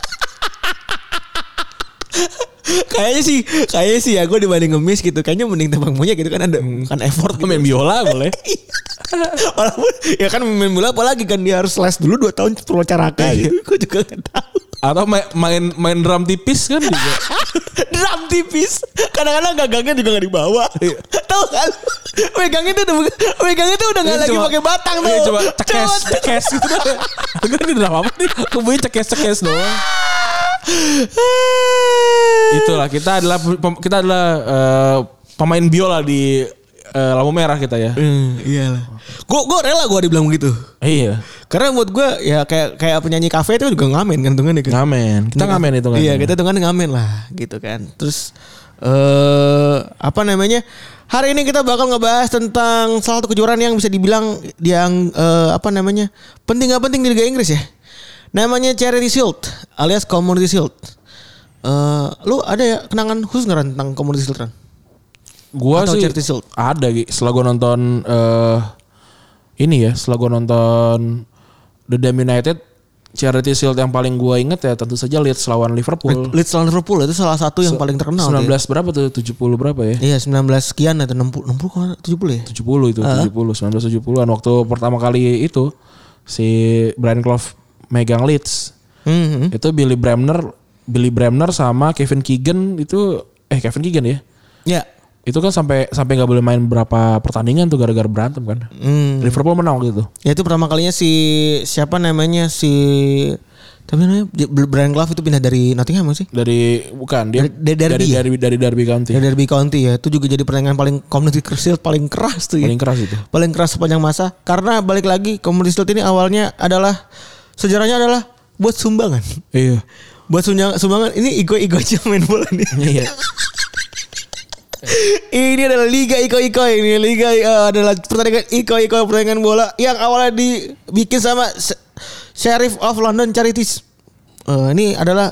Kayaknya sih ya gue dibanding ngemis gitu. Kayaknya mending tembak monyet gitu kan ada kan effort gitu. Main biola boleh. Walaupun ya kan main bola apalagi kan dia harus les dulu 2 tahun Purwacaraka gitu. Gue juga gak tahu. Atau main drum tipis kan juga. Drum tipis. Kadang-kadang gagangnya juga gak dibawa. Tahu kan? Megangnya tuh udah gak lagi pakai batang tuh. Coba cekes gitu. Gue ini drum apa nih? Kemudian cekes doang. Itulah kita adalah pemain biola di lampu merah kita ya. Iyalah. Gue rela gue dibilang begitu. Iya. Karena buat gue ya kayak penyanyi kafe itu juga ngamen kan hitungannya kan. Ngamen. Kita ngamen itu kan. Iya, kita hitungannya ngamen lah gitu kan. Terus apa namanya? Hari ini kita bakal ngebahas tentang salah satu kejuaraan yang bisa dibilang yang penting gak penting di Liga Inggris ya. Namanya Charity Shield alias Community Shield. Lu ada ya kenangan khusus nggak tentang Community Shield, Ran? Gua atau sih Charity Shield? Ada setelah gue nonton setelah gue nonton The Damn United, Charity Shield yang paling gue inget ya tentu saja Leeds lawan Liverpool. Leeds lawan Liverpool itu salah satu yang paling terkenal. 19 ya. Berapa tuh? 70 berapa ya? Iya 19 sekian atau 60 70 ya? 70 itu 1970-an waktu pertama kali itu si Brian Clough megang Leeds. Itu Billy Bremner sama Kevin Keegan itu Kevin Keegan ya? Iya. Itu kan sampai nggak boleh main berapa pertandingan tuh gara-gara berantem kan. Liverpool menang gitu. Ya itu pertama kalinya siapa namanya tapi namanya Brian Clough itu pindah dari Nottingham sih? Bukan dia dari Derby County. Dari Derby County ya. Itu juga jadi pertandingan paling Community Shield paling keras tuh ya. Paling keras itu. Paling keras sepanjang masa karena balik lagi Community Shield ini awalnya sejarahnya adalah buat sumbangan. Iya. Buat sumbangan ini ego aja main bola nih. Iya. Ini adalah Liga Iko-Iko ini. Liga adalah pertandingan bola yang awalnya dibikin sama Sheriff of London Charities. Ini adalah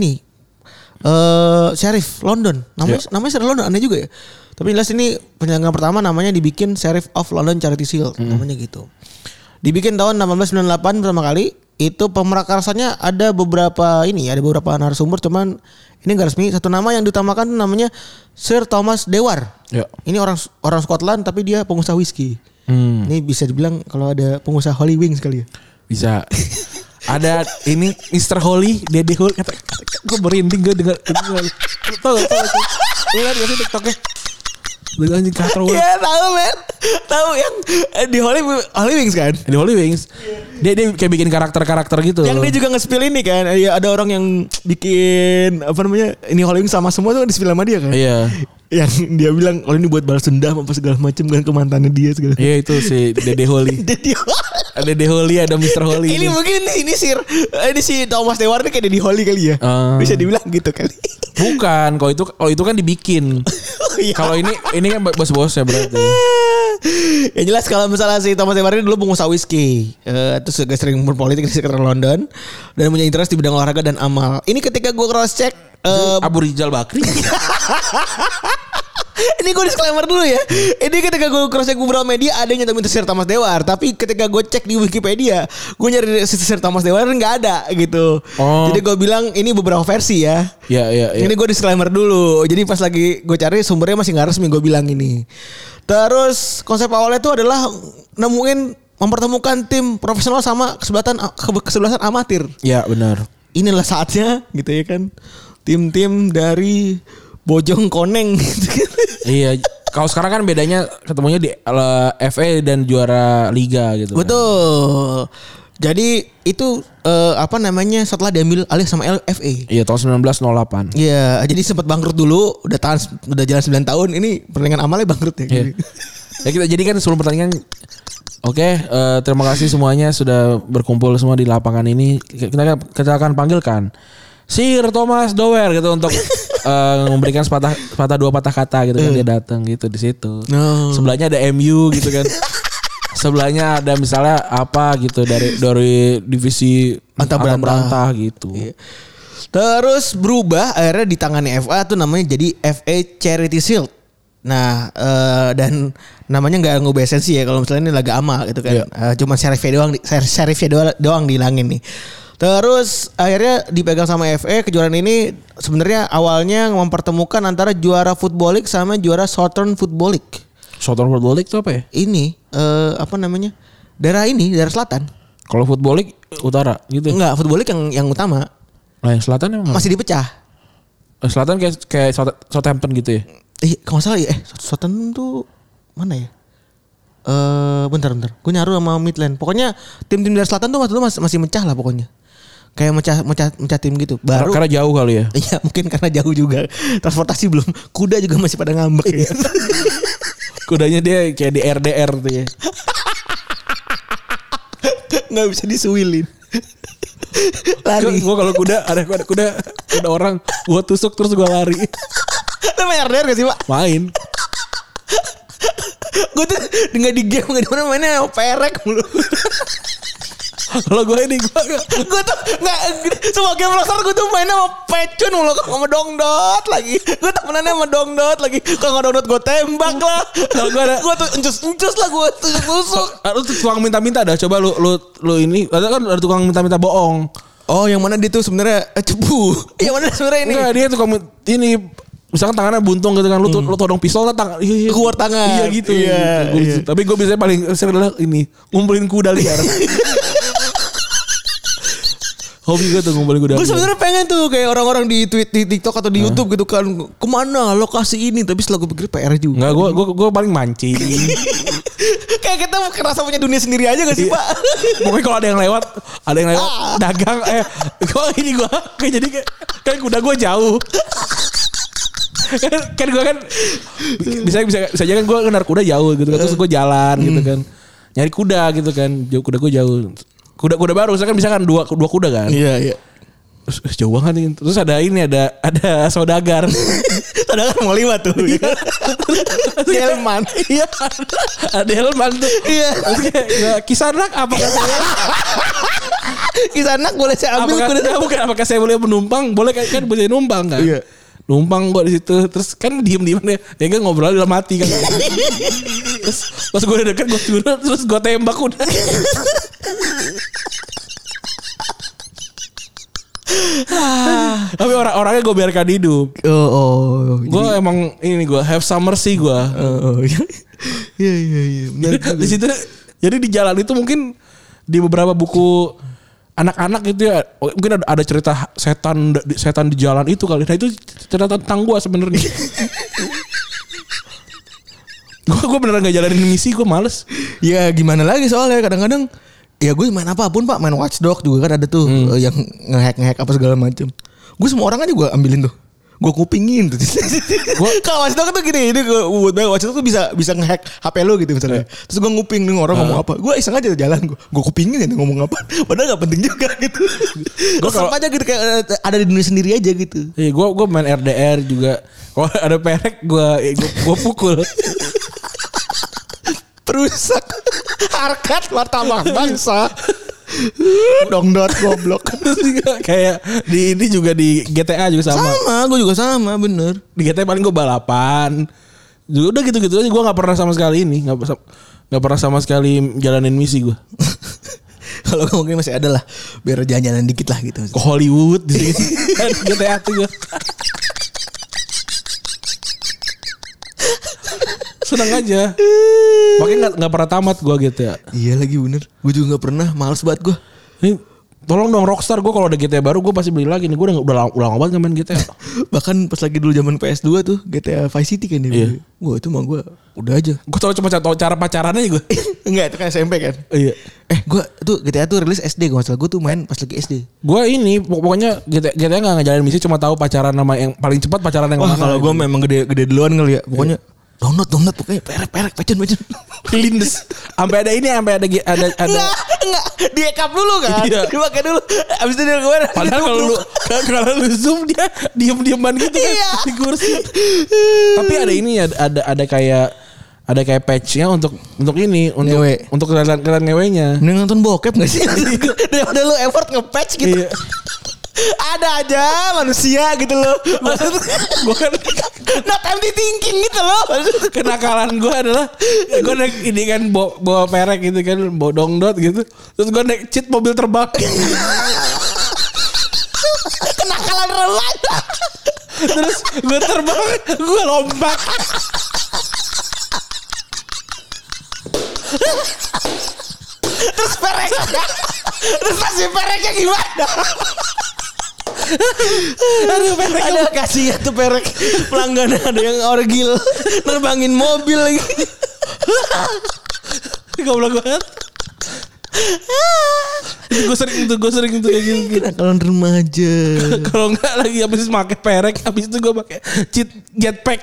Sheriff London. Namanya Sheriff London aneh juga ya. Tapi jelas ini penyelenggaraan pertama namanya dibikin Sheriff of London Charity Shield. Namanya gitu. Dibikin tahun 1898 pertama kali. Itu pemerakarsanya ada beberapa narasumber, cuman Ini enggak resmi. Satu nama yang diutamakan namanya Sir Thomas Dewar. Ya. Ini orang Scotland tapi dia pengusaha whisky. Ini bisa dibilang kalau ada pengusaha Holy Wings kali ya. Bisa. Ada ini Mr. Holy, Dede Holy. Gue merinding gue dengar. Tahu. Lu lihat gak sih TikToknya? Dengan anjing katro. Iya tahu men. Tahu yang di Holy Wings kan? Di Holy Wings. Dia kayak bikin karakter-karakter gitu. Yang dia juga nge-spill ini kan. Ya, ada orang yang bikin apa namanya? Ini Holy Wings sama semua tuh di-spill sama dia kan? Iya. Yang dia bilang kalau ini buat balas dendam apa segala macam kan ke mantannya dia segala. Iya itu si Dede Holy. Ada Dede Holy, ada Mr. Holy. Ini mungkin ini si Thomas Dewar ini kayak Dede Holy kali ya. Bisa dibilang gitu kali. Bukan, kalau itu kan dibikin. Kalau ini kan bos-bosnya berarti. Yang jelas kalau misalnya si Thomas Dewar ini dulu pengusaha whisky, terus juga sering berpolitik di sekitar London dan punya interest di bidang olahraga dan amal. Ini ketika gue cross check Abu Rizal Bakri. Ini gue disclaimer dulu ya. Ini ketika gue cross check beberapa media ada yang nyantumin Sir Thomas Dewar, tapi ketika gue cek di Wikipedia, gue nyari Sir Thomas Dewar nggak ada gitu. Jadi gue bilang ini beberapa versi ya. Iya. Ini gue disclaimer dulu. Jadi pas lagi gue cari sumbernya masih nggak resmi gue bilang ini. Terus konsep awalnya itu adalah mempertemukan tim profesional sama kesebelasan amatir. Iya benar. Inilah saatnya gitu ya kan. Tim-tim dari Bojong Koneng gitu kan. Iya, kalau sekarang kan bedanya ketemunya di FA dan juara liga gitu. Betul. Kan. Jadi itu setelah diambil alih sama FA. Iya, tahun 1908. Iya, jadi sempat bangkrut dulu, udah jalan 9 tahun, ini pertandingan amalnya bangkrut ya. Iya. Ya kita jadi kan sebelum pertandingan terima kasih semuanya sudah berkumpul semua di lapangan ini. Kita akan panggilkan Sir Thomas Dewar gitu untuk memberikan dua patah kata gitu kan dia datang gitu di situ. Sebelahnya ada MU gitu kan. Sebelahnya ada misalnya apa gitu dari divisi antah berantah gitu. Iya. Terus berubah akhirnya di tangannya FA tuh namanya jadi FA Charity Shield. Nah, dan namanya nggak ngubah esensi ya kalau misalnya ini laga amal gitu kan. Cuma serifnya doang dihilangin nih. Terus akhirnya dipegang sama FA. Kejuaraan ini sebenarnya awalnya mempertemukan antara juara Football League sama juara Southern Football League. Southern Football League itu apa ya? Ini daerah selatan. Kalau Football League utara gitu. Enggak, Football League yang utama. Nah, yang selatan emang masih dipecah. Selatan kayak Southampton gitu ya. Kalau salah ya. Southampton tuh mana ya? Bentar. Gue nyaru sama Midland. Pokoknya tim-tim dari selatan tuh masih mecah lah pokoknya. Kayak mecah tim gitu. Baru karena jauh kali ya. Iya, mungkin karena jauh juga. Transportasi belum. Kuda juga masih pada ngambek ya. Kudanya dia kayak di RDR tuh ya. Nggak bisa disuilin. Lari. Gue kalau ada orang, gue tusuk terus gue lari. Lu main RDR gak sih Pak? Main. Gue tuh nggak di game, nggak di mana mainnya perek mulu. Kalau gue tuh nggak semua game roster gue tuh mainnya sama pecun mulu, sama dongdot lagi. Gue temenannya sama dongdot lagi. Kalau nggak dongdot gue tembak lah. Kalau gue tuh encus lah, gue tusuk. Lu tukang minta-minta dah. Coba lu ini ada kan ada tukang minta-minta bohong. Oh, yang mana dia tuh sebenarnya cepu? Yang mana sebenarnya ini? Enggak, dia tukang ini. Misalkan tangannya buntung gitu kan, lu todong pistol tangan keluar tangan. Iya gitu. Iya. Tapi gue biasanya paling sering adalah ini ngumpulin kuda liar. Hobi gue tuh ngumpulin kuda liar. Gue sebenarnya pengen tuh kayak orang-orang di TikTok atau di YouTube gitu kan, kemana lokasi ini, tapi setelah gue pikir PR juga. Enggak, gue paling mancing. Kayak kita kerasa punya dunia sendiri aja gak sih Pak? Pokoknya kalau ada yang lewat dagang gue kayak jadi kayak kuda gue jauh. kan gue kan bisa aja kan gue ngendar kuda jauh gitu kan, terus gue jalan gitu kan nyari kuda gitu kan, kuda gue jauh, kuda baru kan bisa kan dua kuda kan. Iya. Terus jauh banget nih. Terus ada saudagar. Saudagar mau lewat tuh. Delman. Iya. Ada Delman tuh. Iya. Kisanak apakah saya? Kisanak boleh saya ambil kuda? Bukan, apakah saya boleh menumpang? Boleh kan boleh numpang kan? Iya. Numpang gue di situ, terus kan diem ya kan ngobrol dalam hati kan. Terus pas gue udah deket gue turun, terus gue tembak udah. Tapi orang-orangnya gue biarkan hidup. Gue emang ini gue have summer sih gue. Iya. Di situ jadi di jalan itu mungkin di beberapa buku anak-anak gitu ya, mungkin ada cerita setan di jalan itu kali. Nah itu cerita tentang gue sebenarnya. Gue beneran gak jalanin misi, gue males. Ya gimana lagi soalnya kadang-kadang ya gue main apapun Pak, main Watch Dogs juga kan ada tuh yang ngehack apa segala macam. Gue semua orang aja gue ambilin tuh, gue kupingin tuh. Kalau Watch Dogs tuh gini, ini buat Watch Dogs tuh bisa ngehack HP lo gitu misalnya. Terus gue nguping nih orang ngomong apa, gue iseng aja jalan gue kupingin gitu ngomong apa, padahal gak penting juga gitu. Gue sama aja gitu kayak ada di dunia sendiri aja gitu. Iya, gue main RDR juga. Kalau ada perek gue pukul. Perusak harkat martabat bangsa. Dongdot goblok. Kayak di ini juga di GTA juga sama. Gue juga sama bener. Di GTA paling gue balapan. Udah gitu-gitu aja, gue nggak pernah sama sekali ini, nggak pernah sama sekali jalanin misi gue. Kalau mungkin masih ada lah, biar jalan-jalan dikit lah gitu. Ke Hollywood di GTA tuh gue. Senang aja. Makanya nggak pernah tamat gue gitu ya. Iya lagi bener. Gue juga nggak pernah. Males banget gue. Ini tolong dong Rockstar, gue kalau ada GTA baru gue pasti beli lagi nih. Gue udah lama banget main GTA. Bahkan pas lagi dulu zaman PS2 tuh GTA Vice City kan dia. Iya. Gue itu mah gue udah aja. Gue cuma cara pacarannya gue. Enggak, itu kan SMP kan. Iya. Gue tuh GTA tuh rilis SD gue masalah. Gue tuh main pas lagi SD. Gue ini pokoknya GTA nggak ngejalanin misi, cuma tahu pacaran sama yang paling cepat pacaran yang mana. Kalau gue memang gede duluan kali ya. Pokoknya download pokoknya perek pecen lindes sampai ada enggak di backup dulu kan. Iya. Dipakai dulu abis itu dia kemana padahal kalau lu zoom dia diem-dieman gitu kan di kursi. Tapi ada ini ya, ada kayak patchnya untuk ini untuk kelihatan ngewenya. Mending nonton bokep gak sih? Daripada lu effort nge-patch gitu. Iya. Ada aja manusia gitu loh. Gue kan not empty thinking gitu loh. Kenakalan gue adalah gue naik ini kan bawa perek gitu kan, bawa dongdot gitu. Terus gue naik cheat mobil terbang. Kenakalan remaja. Terus gue terbang, gue lompat. Terus pereknya gimana? Aduh kasihan tuh perek pelanggan, ada yang orgil nerbangin mobil lagi. Goblok banget. Gue sering tuh kayak gitu. Kenakalan remaja. Kalau enggak lagi habis pakai perek, habis itu gue pakai cheat jetpack.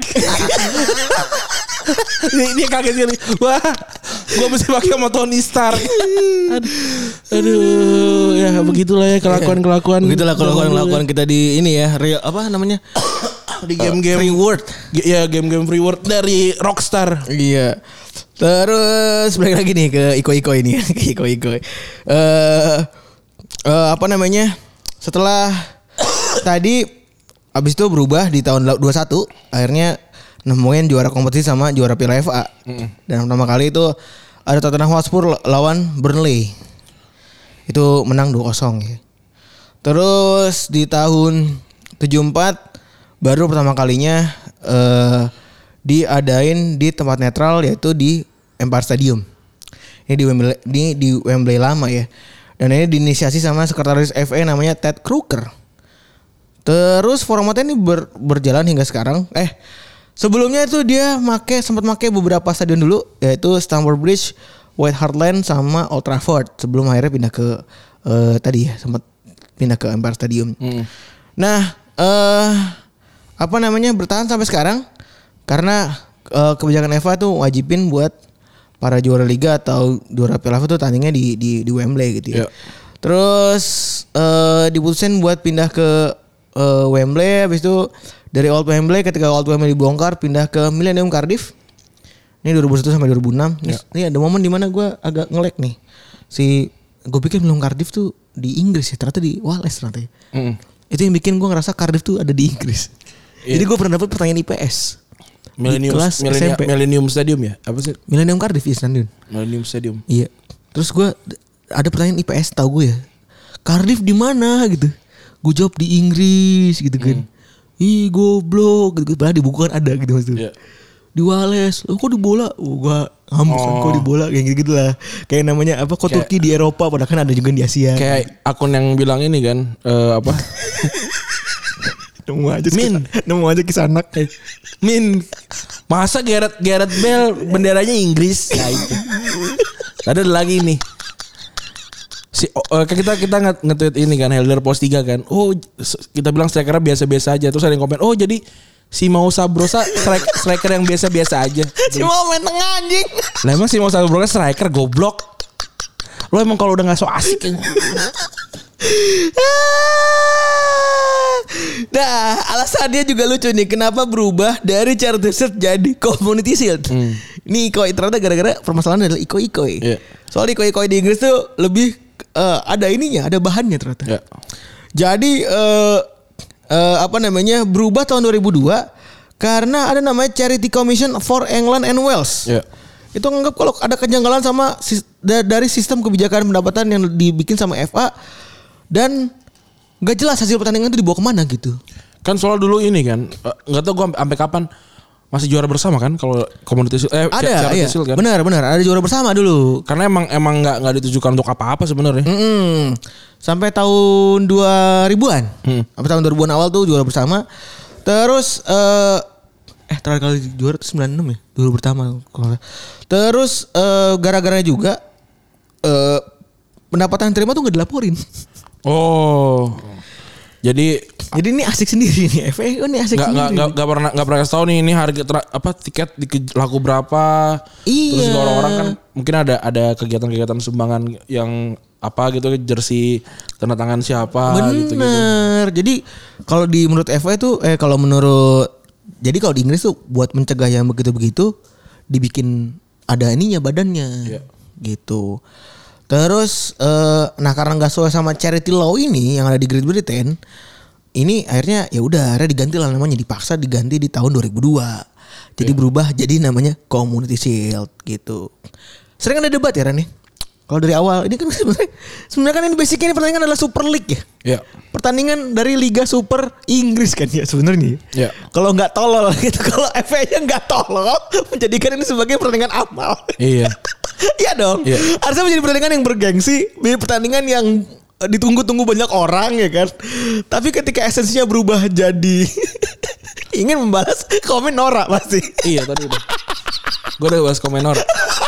Dia kaget sekali. Wah, gue mesti pakai sama Tony Stark. Aduh, ya begitulah ya kelakuan. Begitulah kelakuan kita di ini ya, real apa namanya? Di game-game free world. Ya, game-game free world dari Rockstar. Iya. Terus balik lagi nih ke Iko ini, ke Iko. Apa namanya? Setelah tadi abis itu berubah di tahun 21, akhirnya nemuin juara kompetisi sama juara Piala FA. Dan pertama kali itu ada Tottenham Hotspur lawan Burnley. Itu menang 2-0 ya. Terus di tahun 74 baru pertama kalinya diadain di tempat netral, yaitu di Empire Stadium. Ini di Wembley lama ya. Dan ini diinisiasi sama sekretaris FA namanya Ted Crooker. Terus formatnya ini berjalan hingga sekarang. Sebelumnya itu dia sempat make beberapa stadion dulu, yaitu Stamford Bridge, White Hart Lane sama Old Trafford, sebelum akhirnya pindah ke sempat pindah ke Empire Stadium. Nah, bertahan sampai sekarang karena kebijakan FA tuh wajibin buat para juara liga atau juara Piala FA tuh tandingnya di Wembley gitu ya. Yeah. Terus diputusin buat pindah ke Wembley, habis itu dari Old Wembley, ketika Old Wembley dibongkar pindah ke Millennium Cardiff. Ini 2001 sampai 2006. Ini ada momen di mana gue agak nge-lag nih. Gue pikir Millennium Cardiff tuh di Inggris ya, ternyata di Wales ternyata ya. Itu yang bikin gue ngerasa Cardiff tuh ada di Inggris. Yeah. Jadi gue pernah dapat pertanyaan IPS. Millennium Stadium ya? Apa sih? Millennium Cardiff ya, Stadium. Millennium Stadium. Iya. Terus gue ada pertanyaan IPS, tahu gue ya. Cardiff di mana gitu. gue jawab di Inggris gitu kan. Ih goblok gitu. Padahal di buku kan ada gitu maksudnya. Di Wales, kok di bola? Gue ngambek kan kok di bola kayak gitu lah. Kayak namanya apa? Kok Turki di Eropa padahal kan ada juga di Asia. Kayak akun yang bilang ini kan apa? Nemu aja kisanak. Min, masa Gareth Bale benderanya Inggris? Ya itu. Ada lagi nih. Kita nge-tweet ini kan Helder Post 3 kan. Oh, kita bilang strikernya biasa-biasa aja. Terus ada yang komen, "Oh, jadi si Mau Sabrosa striker yang biasa-biasa aja." Si Mau main tengah anjing. Lah emang si Mau Sabrosa striker goblok. Lo emang kalau udah enggak so asik. Nah, alasannya juga lucu nih. Kenapa berubah dari Charity Shield jadi Community Shield? Ini Ikoi ternyata gara-gara permasalahan adalah Ikoi. Yeah. Soal Ikoi di Inggris tuh lebih ada ininya, ada bahannya ternyata. Yeah. Jadi berubah tahun 2002 karena ada namanya Charity Commission for England and Wales. Yeah. Itu nganggap kalau ada kejanggalan sama dari sistem kebijakan pendapatan yang dibikin sama FA dan gak jelas hasil pertandingan itu dibawa kemana gitu. Kan soal dulu ini kan, nggak tahu gue sampai kapan masih juara bersama kan kalau Community Shield ada, iya. Shield kan. Benar ada juara bersama dulu. Karena emang nggak ditujukan untuk apa-apa sebenarnya. Sampai tahun 2000-an. Sampai tahun 2000-an awal tuh juara bersama. Terus terakhir kali juara itu 96 ya, dulu pertama. Terus gara-garanya juga pendapatan yang terima tuh nggak dilaporin. Oh, jadi ini asik sendiri nih, FA ini asik sendiri. Nggak pernah kasih tahu nih ini harga tiket laku berapa. Iya. Terus juga orang-orang kan mungkin ada kegiatan-kegiatan sumbangan yang apa gitu, jersey tanda tangan siapa. Bener. Gitu. Jadi kalau menurut FA itu jadi kalau di Inggris tuh buat mencegah yang begitu-begitu dibikin ada ininya badannya, gitu. Terus karena nggak sesuai sama charity law ini yang ada di Great Britain, ini akhirnya ya udah akhirnya diganti lah namanya, dipaksa diganti di tahun 2002. Jadi berubah jadi namanya Community Shield gitu. Sering ada debat ya Ran nih. Kalau dari awal ini kan sebenarnya kan ini basicnya ini pertandingan adalah Super League ya. Iya. Pertandingan dari Liga Super Inggris kan ya sebenarnya. Iya. Kalau nggak tolol gitu, kalau FA-nya nggak tolol menjadikan ini sebagai pertandingan amal. Iya. Iya dong. Iya. Harusnya menjadi pertandingan yang bergengsi, pertandingan yang ditunggu-tunggu banyak orang ya kan. Tapi ketika esensinya berubah jadi ingin membalas komen Nora pasti. Iya tadi udah. Gue udah bahas komen Nora.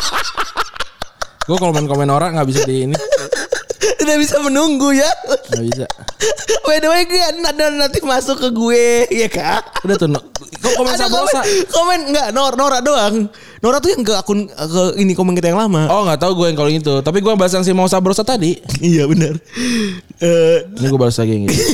Gue kalau main komen orang gak bisa di ini. Tidak bisa menunggu ya. Gak bisa. By the way ada nanti masuk ke gue ya kak. Udah tuh kok komen Sabrosa. Komen enggak Nora doang. Nora tuh yang ke akun ke ini komen kita yang lama. Oh gak tahu gue yang kalau itu. Tapi gue bahas yang si Mau Sabrosa tadi. Iya benar. Ini gue bahas lagi yang gitu.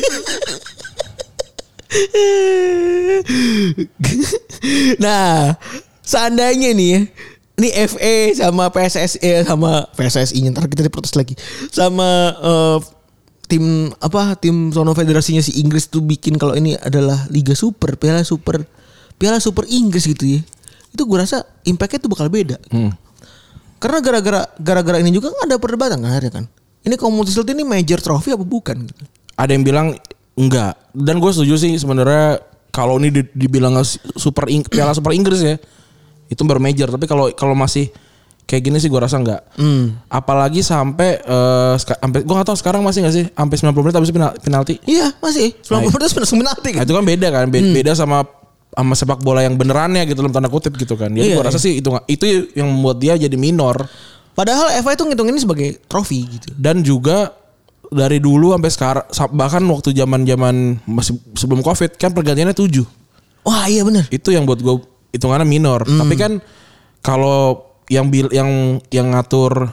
Nah seandainya nih ini FA sama PSSI ntar kita diprotes lagi sama tim sono federasinya si Inggris tuh bikin kalau ini adalah Liga Super, Piala Super Inggris gitu ya. Itu gue rasa impactnya tuh bakal beda. Karena gara-gara ini juga kan ada perdebatan kan akhirnya kan. Ini Community Shield ini major trophy apa bukan gitu. Ada yang bilang enggak. Dan gue setuju sih sebenarnya kalau ini dibilang Piala Super Inggris ya. Itu baru major, tapi kalau masih kayak gini sih gue rasa enggak. Apalagi sampai gue nggak tahu sekarang masih nggak sih sampai 90 menit habis penalti. Iya masih 90 menit habis penalti kan. Nah, itu kan beda kan, beda sama sepak bola yang benerannya gitu dalam tanda kutip gitu kan. Jadi gue rasa sih itu yang membuat dia jadi minor. Padahal FA itu ngitung ini sebagai trofi gitu. Dan juga dari dulu sampai sekarang, bahkan waktu zaman masih sebelum COVID kan pergantiannya 7. Wah iya benar. Itu yang buat gue hitungannya minor. Tapi kan kalau yang ngatur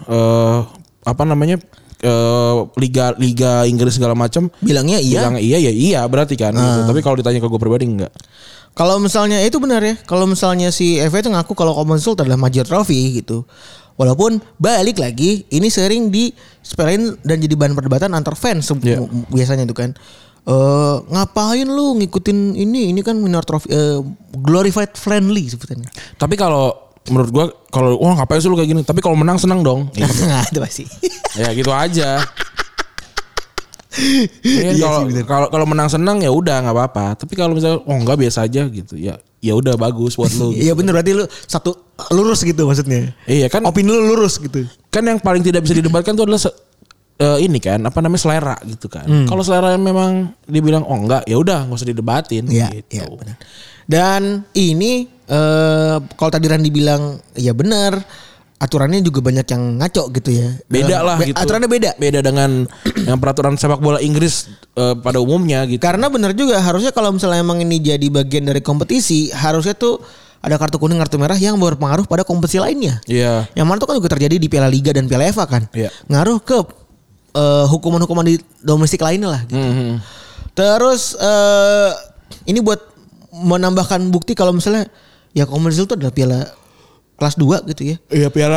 liga Inggris segala macam bilangnya iya berarti kan gitu. Tapi kalau ditanya ke gue pribadi enggak. Kalau misalnya itu benar ya. Kalau misalnya si FA itu ngaku kalau Commonwealth Shield adalah major trophy gitu. Walaupun balik lagi ini sering disepelein dan jadi bahan perdebatan antar fans biasanya itu kan. Ngapain lu ngikutin ini kan minor trophy glorified friendly sebetulnya. Tapi kalau menurut gua kalau ngapain sih lu kayak gini, tapi kalau menang senang dong. Nah, itu pasti. Ya gitu aja. Kalau menang senang ya udah nggak apa-apa. Tapi kalau misalnya enggak biasa aja gitu ya udah bagus buat lu. Iya bener, berarti lu satu lurus gitu maksudnya. Iya kan. Opini lu lurus gitu. Kan yang paling tidak bisa didebatkan itu adalah ini kan selera gitu kan. Kalau selera memang dibilang enggak ya udah nggak usah didebatin. Iya, gitu. Iya benar. Dan ini kalau tadi Randy bilang ya benar, aturannya juga banyak yang ngaco gitu ya. Beda lah gitu. Aturannya beda. Beda dengan yang peraturan sepak bola Inggris pada umumnya gitu. Karena benar juga, harusnya kalau misalnya emang ini jadi bagian dari kompetisi, harusnya tuh ada kartu kuning, kartu merah yang berpengaruh pada kompetisi lainnya. Iya. Yang mana tuh kan juga terjadi di Piala Liga dan Piala FA kan. Iya. Ngaruh ke hukuman-hukuman di domestik lainnya lah gitu. Terus ini buat menambahkan bukti kalau misalnya ya kompetisi itu adalah piala kelas 2 gitu ya. Iya, piala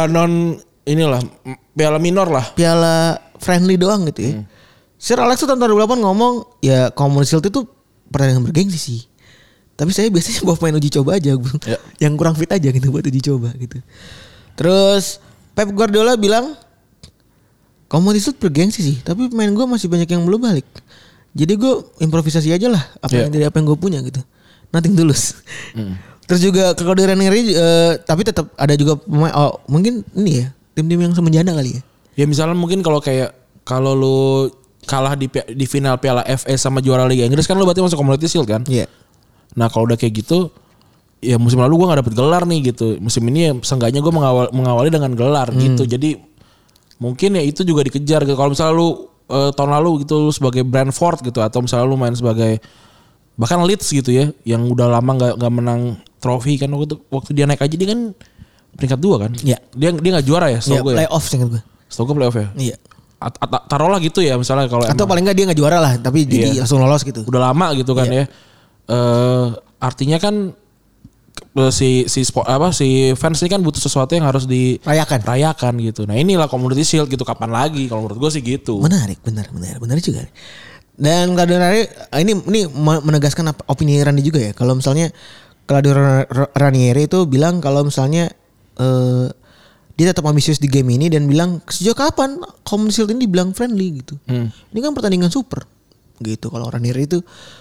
piala minor lah. Piala friendly doang gitu ya. Sir Alex tuh tahun 2008 ngomong ya Commonwealth Shield itu pertandingan bergengsi sih. Tapi saya biasanya bawa pemain uji coba aja, ya. Yang kurang fit aja gitu buat uji coba gitu. Terus Pep Guardiola bilang Commonwealth Shield bergengsi sih, tapi pemain gue masih banyak yang belum balik. Jadi gue improvisasi aja lah apa yang gue punya gitu. Nothing tulus. Terus juga kalau di Ranieri tapi tetap ada juga pemain mungkin ini ya tim-tim yang semenjana kali ya. Ya misalnya mungkin kalau lu kalah di final Piala FA sama juara Liga Inggris kan lu berarti masuk Community Shield kan? Iya. Nah kalau udah kayak gitu ya musim lalu gue gak dapet gelar nih gitu. Musim ini ya seenggaknya gue mengawali dengan gelar gitu. Jadi mungkin ya itu juga dikejar gitu. Kalau misalnya lu tahun lalu gitu lu sebagai Brentford gitu atau misalnya lu main sebagai bahkan Leeds gitu ya yang udah lama nggak menang trofi kan waktu dia naik aja dia kan peringkat 2 kan. Iya. Dia nggak juara ya setahu gue ya. Playoff seingat gue. Setahu gue playoff ya. Iya. Taruhlah gitu ya misalnya kalau atau paling nggak dia nggak juara lah tapi jadi langsung lolos gitu. Udah lama gitu kan ya. Artinya kan si fans ini kan butuh sesuatu yang harus dirayakan gitu. Nah inilah Community Shield gitu, kapan lagi kalau menurut gue sih gitu. Menarik juga. Dan Claudio Ranieri ini menegaskan opini Randy juga ya. Kalau misalnya Claudio Ranieri itu bilang kalau misalnya dia tetap ambisius di game ini dan bilang sejak kapan Community Shield ini dibilang friendly gitu. Ini kan pertandingan super gitu. Kalau Ranieri itu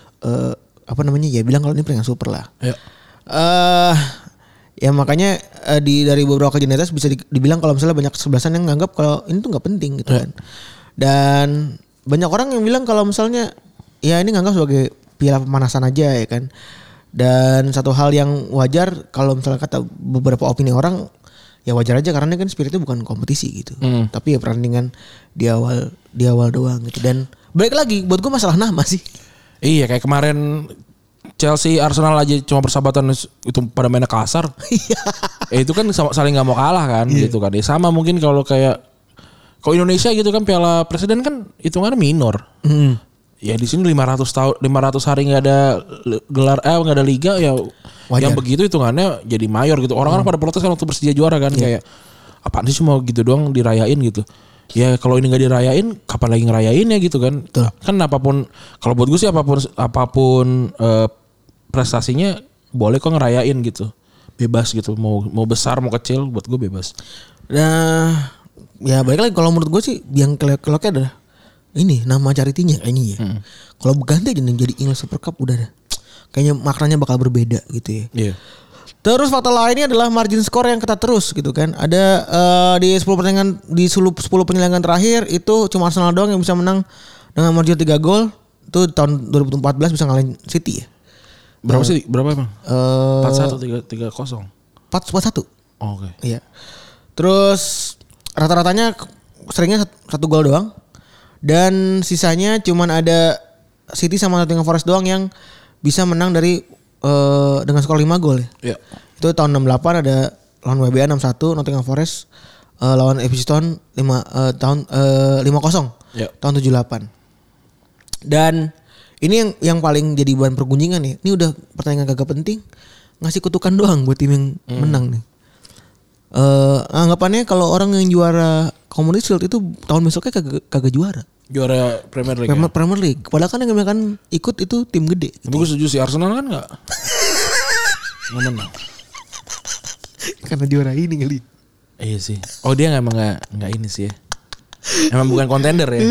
ya bilang kalau ini pertandingan super lah. Ya. Ya makanya dari beberapa kajian atas bisa dibilang kalau misalnya banyak kesebelasan yang nganggap kalau ini tuh nggak penting gitu kan. Dan banyak orang yang bilang kalau misalnya ya ini nganggap sebagai piala pemanasan aja ya kan. Dan satu hal yang wajar kalau misalnya kata beberapa opini orang ya wajar aja karena kan spiritnya bukan kompetisi gitu. Tapi ya pertandingan di awal doang gitu. Dan balik lagi buat gue masalah nama sih. Iya kayak kemarin Chelsea Arsenal aja cuma persahabatan itu pada mainnya kasar. Itu kan saling nggak mau kalah kan gitu kan. Ya sama mungkin kalau Indonesia gitu kan Piala Presiden kan hitungannya minor. Ya di sini 500 hari nggak ada gelar nggak ada liga ya wajar. Yang begitu hitungannya jadi mayor gitu. Orang-orang pada protes kan waktu Persija juara kan kayak apaan sih cuma gitu doang dirayain gitu. Ya kalau ini nggak dirayain kapan lagi ngerayainnya gitu kan. Kan apapun kalau buat gue sih apapun prestasinya boleh kok ngerayain gitu. Bebas gitu mau besar mau kecil buat gue bebas. Nah ya balik lagi kalau menurut gue sih yang keloknya adalah ini nama charity-nya kayaknya ya. Kalau berganti aja jadi English Super Cup udah dah. Kayaknya maknanya bakal berbeda gitu ya. Iya. Terus faktor lainnya adalah margin skor yang ketat terus gitu kan. Ada di 10 pertandingan di 10 penyelenggaraan terakhir itu cuma Arsenal doang yang bisa menang dengan margin 3 gol. Itu tahun 2014 bisa ngalahin City ya. Berapa emang? 4-1 3-0. 4-1. Oh, oke. Iya. Terus rata-ratanya seringnya 1 gol doang. Dan sisanya cuman ada City sama Nottingham Forest doang yang bisa menang dari dengan skor 5 gol ya. Yeah. Itu tahun 68 ada lawan WBA 6-1, Nottingham Forest lawan Everton 5-0 tahun 78. Dan ini yang paling jadi bahan pergunjingan ya. Ini udah pertandingan kagak penting, ngasih kutukan doang buat tim yang menang nih. Anggapannya kalau orang yang juara Community Shield itu tahun besoknya kagak juara. Juara Premier League. Premier League. Padahal kan yang akan ikut itu tim gede. Tapi gue setuju sih Arsenal kan nggak menang. Karena juara ini kali. Iya sih. Oh dia emang nggak ini sih ya. Emang bukan kontender ya.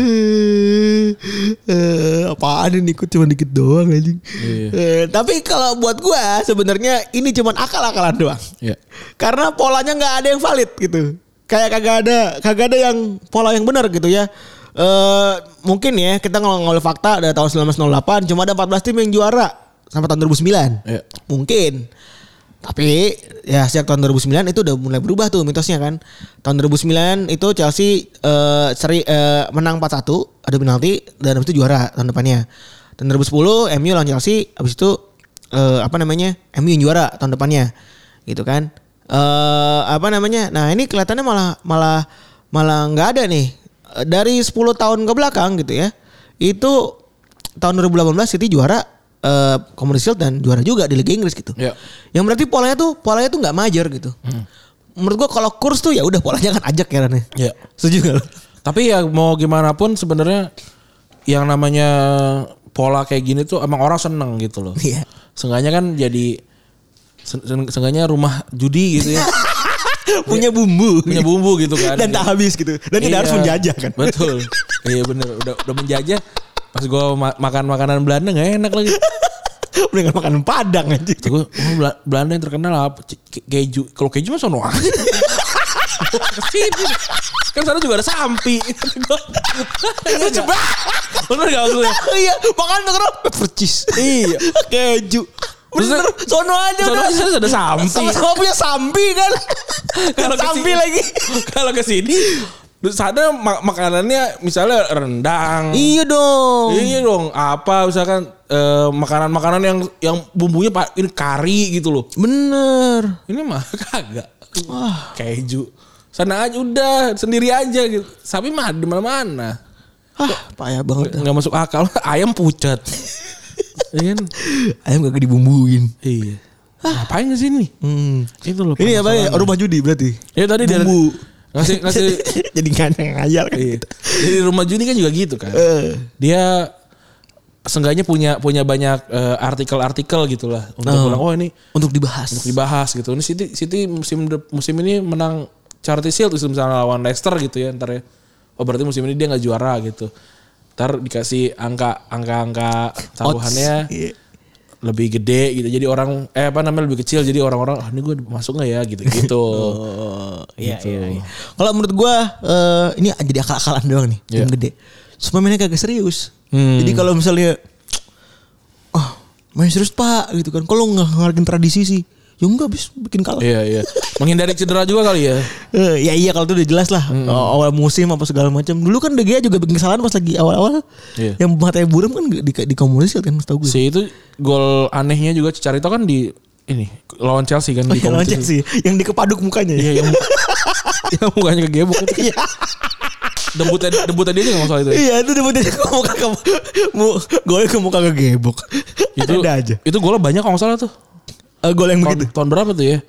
Apaan ini ikut cuma dikit doang anjing. Tapi kalau buat gua sebenarnya ini cuma akal-akalan doang. Iya. Karena polanya nggak ada yang valid gitu. Kayak kagak ada yang pola yang benar gitu ya. Mungkin ya kita ngomong fakta dari tahun 1908 cuma ada 14 tim yang juara sampai tahun 2009. Iya. Mungkin. Tapi ya sejak tahun 2009 itu udah mulai berubah tuh mitosnya kan. Tahun 2009 itu Chelsea menang 4-1, ada penalti dan habis itu juara tahun depannya. Tahun 2010 MU lawan Chelsea, habis itu MU yang juara tahun depannya. Gitu kan. Nah, ini kelihatannya malah enggak ada nih. Dari 10 tahun ke belakang gitu ya. Itu tahun 2018 City juara Community Shield dan juara juga di Liga Inggris gitu. Yeah. Yang berarti polanya tuh nggak major gitu. Menurut gua kalau kurs tuh ya udah polanya kan ajak ya Rane. Iya. Setuju gak lo? Tapi ya mau gimana pun sebenarnya yang namanya pola kayak gini tuh emang orang seneng gitu loh. Iya. Seenggaknya kan jadi seenggaknya rumah judi gitu ya. Punya bumbu gitu kan. Dan tak habis gitu. Dan tidak harus menjajah kan. Betul. Iya bener udah menjajah. Pas gue makan makanan Belanda gak enak lagi. Mendingan makanan Padang aja. Gue Belanda yang terkenal apa? Keju. Kalau keju mah sono aja. Kesini. Kan sana juga ada sampi. Lucu banget. Bener gak maksudnya? Iya. Makanan terkenal pepper cheese. Iya. Keju. Bener. Sono aja udah. Sono aja ada sampi. Sama-sama punya sampi kan. Kalau sampi lagi. Kalau kesini. Sana makanannya misalnya rendang. Iya dong. Apa misalkan makanan-makanan yang bumbunya ini kari gitu loh. Bener. Ini mah kagak. Keju. Sana aja udah sendiri aja gitu. Sapi mah di mana-mana. Payah banget. Nggak masuk akal. Ayam pucat. Iya kan? Ayam gak dibumbuin. Iya. Ngapain ke sini? Itu loh. Ini apa ya? Rumah judi berarti. Ya tadi bumbu. Ngasih jadi ngayal kan gitu. Jadi rumah judi kan juga gitu kan. Dia seenggaknya punya banyak artikel-artikel gitulah untuk bilang ini untuk dibahas gitu. Ini City musim ini menang Charity Shield misalnya lawan Leicester gitu ya ntar ya. Oh berarti musim ini dia nggak juara gitu. Ntar dikasih angka taruhannya lebih gede gitu. Jadi orang lebih kecil jadi orang-orang ini gue masuk nggak ya gitu. Iya. Kalau menurut gue ini jadi akal-akalan doang nih yang gede. Supaya mainnya kagak serius. Jadi kalau misalnya main serius Pak gitu kan. Kalau nggak ngargain tradisi sih. Ya enggak habis bikin kalah. Iya. Menghindari cedera juga kali ya. Iya kalau itu udah jelas lah. Awal musim apa segala macam. Dulu kan De Gea juga bikin kesalahan pas lagi awal-awal. Yang matanya buram kan di komunis kan setahu gue. Si itu gol anehnya juga Chicharito kan di ini lawan Chelsea kan di lawan Chelsea yang dikepaduk mukanya. Iya yang mukanya kegebok itu. Iya. Debutnya dia enggak masalah itu. Iya, itu debutnya golnya ke muka kegebok. Itu ada aja. Itu golnya banyak kalau enggak salah tuh. Gol yang begitu. Tahun berapa tuh ya?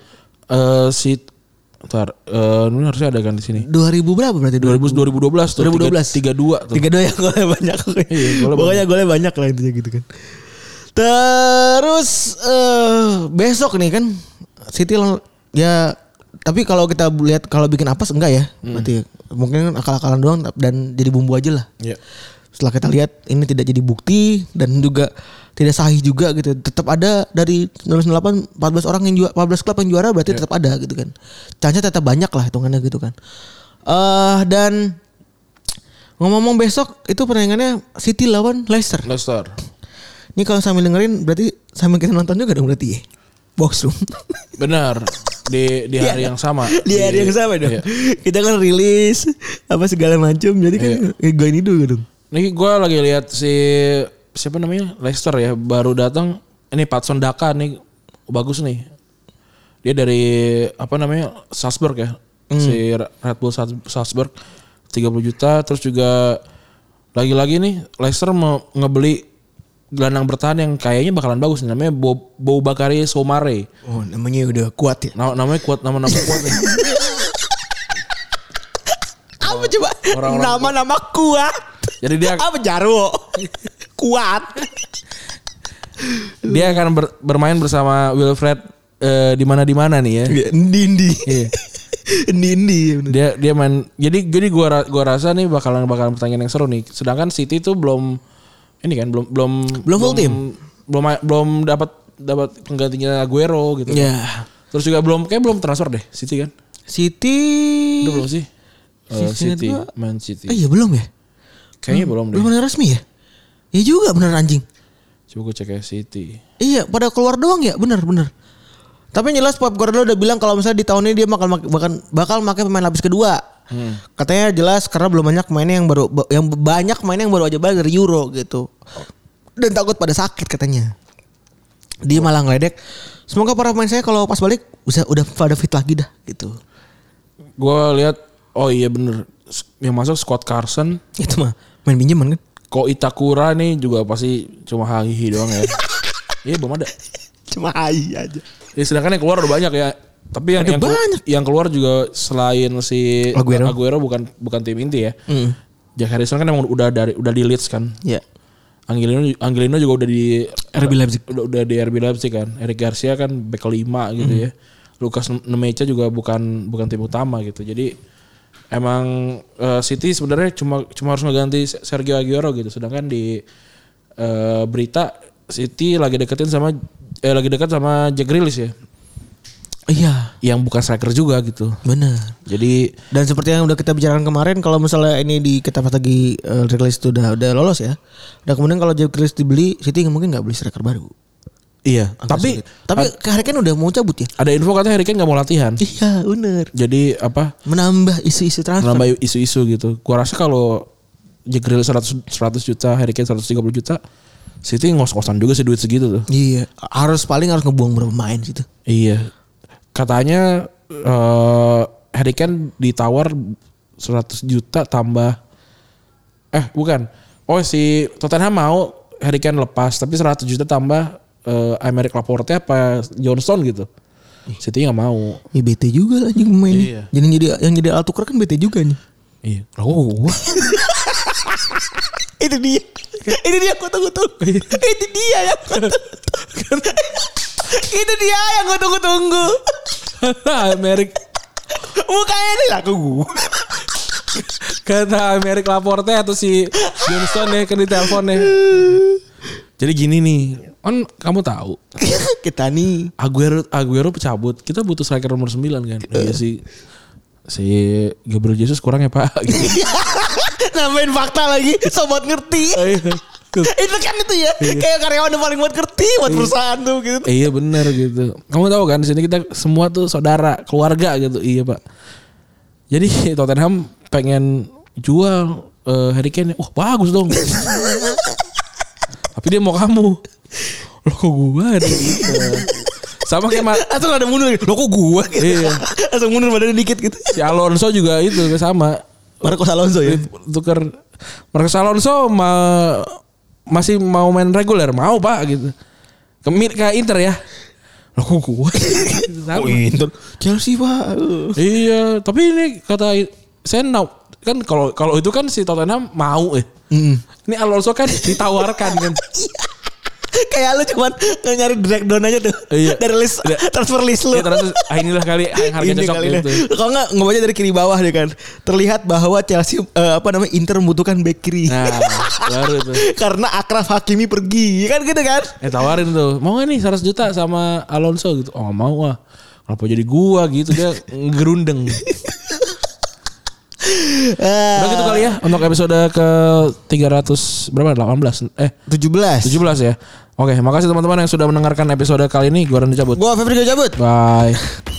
Ini harusnya ada kan di sini. 2000 berapa berarti? 2012 tuh. 2012. 3-2 yang golnya banyak. Iya, pokoknya golnya banyak lah intinya gitu kan. Terus besok nih kan City ya tapi kalau kita lihat kalau bikin apes enggak ya? Berarti mungkin akal-akalan doang dan jadi bumbu aja lah. Iya. Setelah kita lihat ini tidak jadi bukti dan juga tidak sahih juga gitu. Tetap ada dari 1908 14 orang yang 14 klub yang juara berarti tetap ada gitu kan. Chance tetap banyak lah hitungannya gitu kan. Dan ngomong-ngomong besok itu pertandingannya City lawan Leicester. Ini kalau sambil dengerin berarti sambil kita nonton juga dong berarti ya. Boxroom. Benar. Di hari yang sama. Di hari yang sama dong. Iya. Kita kan rilis apa segala macam jadi kan gue ini dulu dong. Nih gue lagi lihat siapa namanya Leicester ya baru datang ini Patson Daka nih bagus nih. Dia dari Salzburg ya. Si Red Bull Salzburg 30 juta terus juga lagi-lagi nih Leicester mau ngebeli gelandang bertahan yang kayaknya bakalan bagus nih, namanya Boubakary Soumare. Oh, namanya udah kuat ya. Namanya kuat, nama kuat nih. Apa coba? Nama-nama kuat. Jadi dia apa Jarwo? Kuat. Dia akan bermain bersama Wilfred di mana nih ya. Dindi. Iya. Endi. Dia main. Jadi gua rasa nih bakalan pertandingan yang seru nih. Sedangkan City tuh belum full tim. Belum dapat penggantinya Aguero gitu. Ya. Terus juga belum transfer deh City kan. City udah belum sih? City, Man City. Iya belum ya? Kayaknya belum deh. Belum ada resmi ya? Iya juga bener anjing. Coba gue cek ya City. Iya pada keluar doang ya bener. Tapi yang jelas Pep Guardiola udah bilang kalau misalnya di tahun ini dia bakal pakai pemain lapis kedua. Katanya jelas karena belum banyak pemain yang baru aja balik dari Euro gitu. Dan takut pada sakit katanya. Dia malah ngeledek. Semoga para pemain saya kalau pas balik udah pada fit lagi dah gitu. Gue lihat oh iya bener yang masuk Scott Carson itu mah main pinjaman kan. Ko Itakura nih juga pasti cuma hihi doang ya. Iya belum ada. Cuma hihi aja. Ya sedangkan yang keluar udah banyak ya. Tapi yang keluar juga selain si Aguero bukan tim inti ya. Jack Harrison kan emang udah di Leeds kan. Iya. Angelino juga udah di RB Leipzig. Udah di RB Leipzig kan. Eric Garcia kan back 5 gitu ya. Lucas Nemecha juga bukan tim utama gitu. Jadi emang City sebenarnya cuma harus ngeganti Sergio Aguero gitu. Sedangkan di berita City lagi dekat sama Jack Grealish ya. Iya. Yang bukan striker juga gitu. Benar. Jadi dan seperti yang udah kita bicarakan kemarin, kalau misalnya ini kita pas lagi Grealish itu udah lolos ya. Dan kemudian kalau Jack Grealish dibeli, City mungkin nggak beli striker baru. Iya. Tapi Harry Kane udah mau cabut ya. Ada info katanya Harry Kane nggak mau latihan. Iya benar. Jadi apa? Menambah isu-isu transfer. Menambah isu-isu gitu. Gua rasa kalau Jack Grealish 100 juta, Harry Kane 130 juta, City ngos-ngosan juga sih duit segitu tuh. Iya. Harus ngebuang berapa pemain gitu. Iya. Katanya Harry Kane ditawar 100 juta tambah bukan. Oh si Tottenham mau Harry Kane lepas tapi 100 juta tambah Aymeric Laporte apa Johnson gitu. City enggak mau. Ya BT juga lah anjing pemainnya. Iya. Yang jadi alat tukar kan BT juga nih. Iya. Oh. Itu dia aku tunggu. Itu dia yang itu dia yang gue tunggu. Aymeric mukanya nih laku gue. Kata Aymeric Laporte atau si Johnson ya kan di teleponnya. Jadi gini nih, kan kamu tahu kita nih Aguero cabut, kita butuh striker nomor 9 kan. Iya si Gabriel Jesus kurang ya Pak. Gitu. Nambahin fakta lagi, sobat ngerti. Itu kan itu ya, kayak karyawan yang paling buat ngerti buat perusahaan tuh gitu. Iya benar gitu. Kamu tahu kan di sini kita semua tuh saudara, keluarga gitu. Iya Pak. Jadi Tottenham pengen jual Harry Kane. Bagus dong. Tapi dia mau kamu. Loh kok gua gitu. Sama kayak langsung ada mundur. Loh kok gua gitu. Iya. Langsung mundur badannya dikit gitu. Si Alonso juga itu sama. Marcos Alonso ya. Tukar Marcos Alonso masih mau main reguler, mau Pak gitu. Ke Inter ya. Loh kok gua. Inter. Chelsea Pak. Iya, tapi ini kata saya kan kalau itu kan si Tottenham mau Ini Alonso kan ditawarkan kan. Kayak lu cuman nyari breakdown aja tuh. Iya. Dari list transfer list lu. Iya, terus inilah kali yang harga cocok gitu. Kalau enggak ngebaca dari kiri bawah deh kan. Terlihat bahwa Chelsea Inter membutuhkan back kiri. Nah, baru itu. Karena Achraf Hakimi pergi. Kan gitu kan? Tawarin tuh. Mau enggak nih 100 juta sama Alonso gitu. Oh, mau ah. Kenapa jadi gua gitu, dia ngerundeng. Udah gitu kali ya untuk episode ke 300 berapa? 17 ya. Oke, makasih teman-teman yang sudah mendengarkan episode kali ini. Gua Randy cabut. Gua Febri cabut. Bye.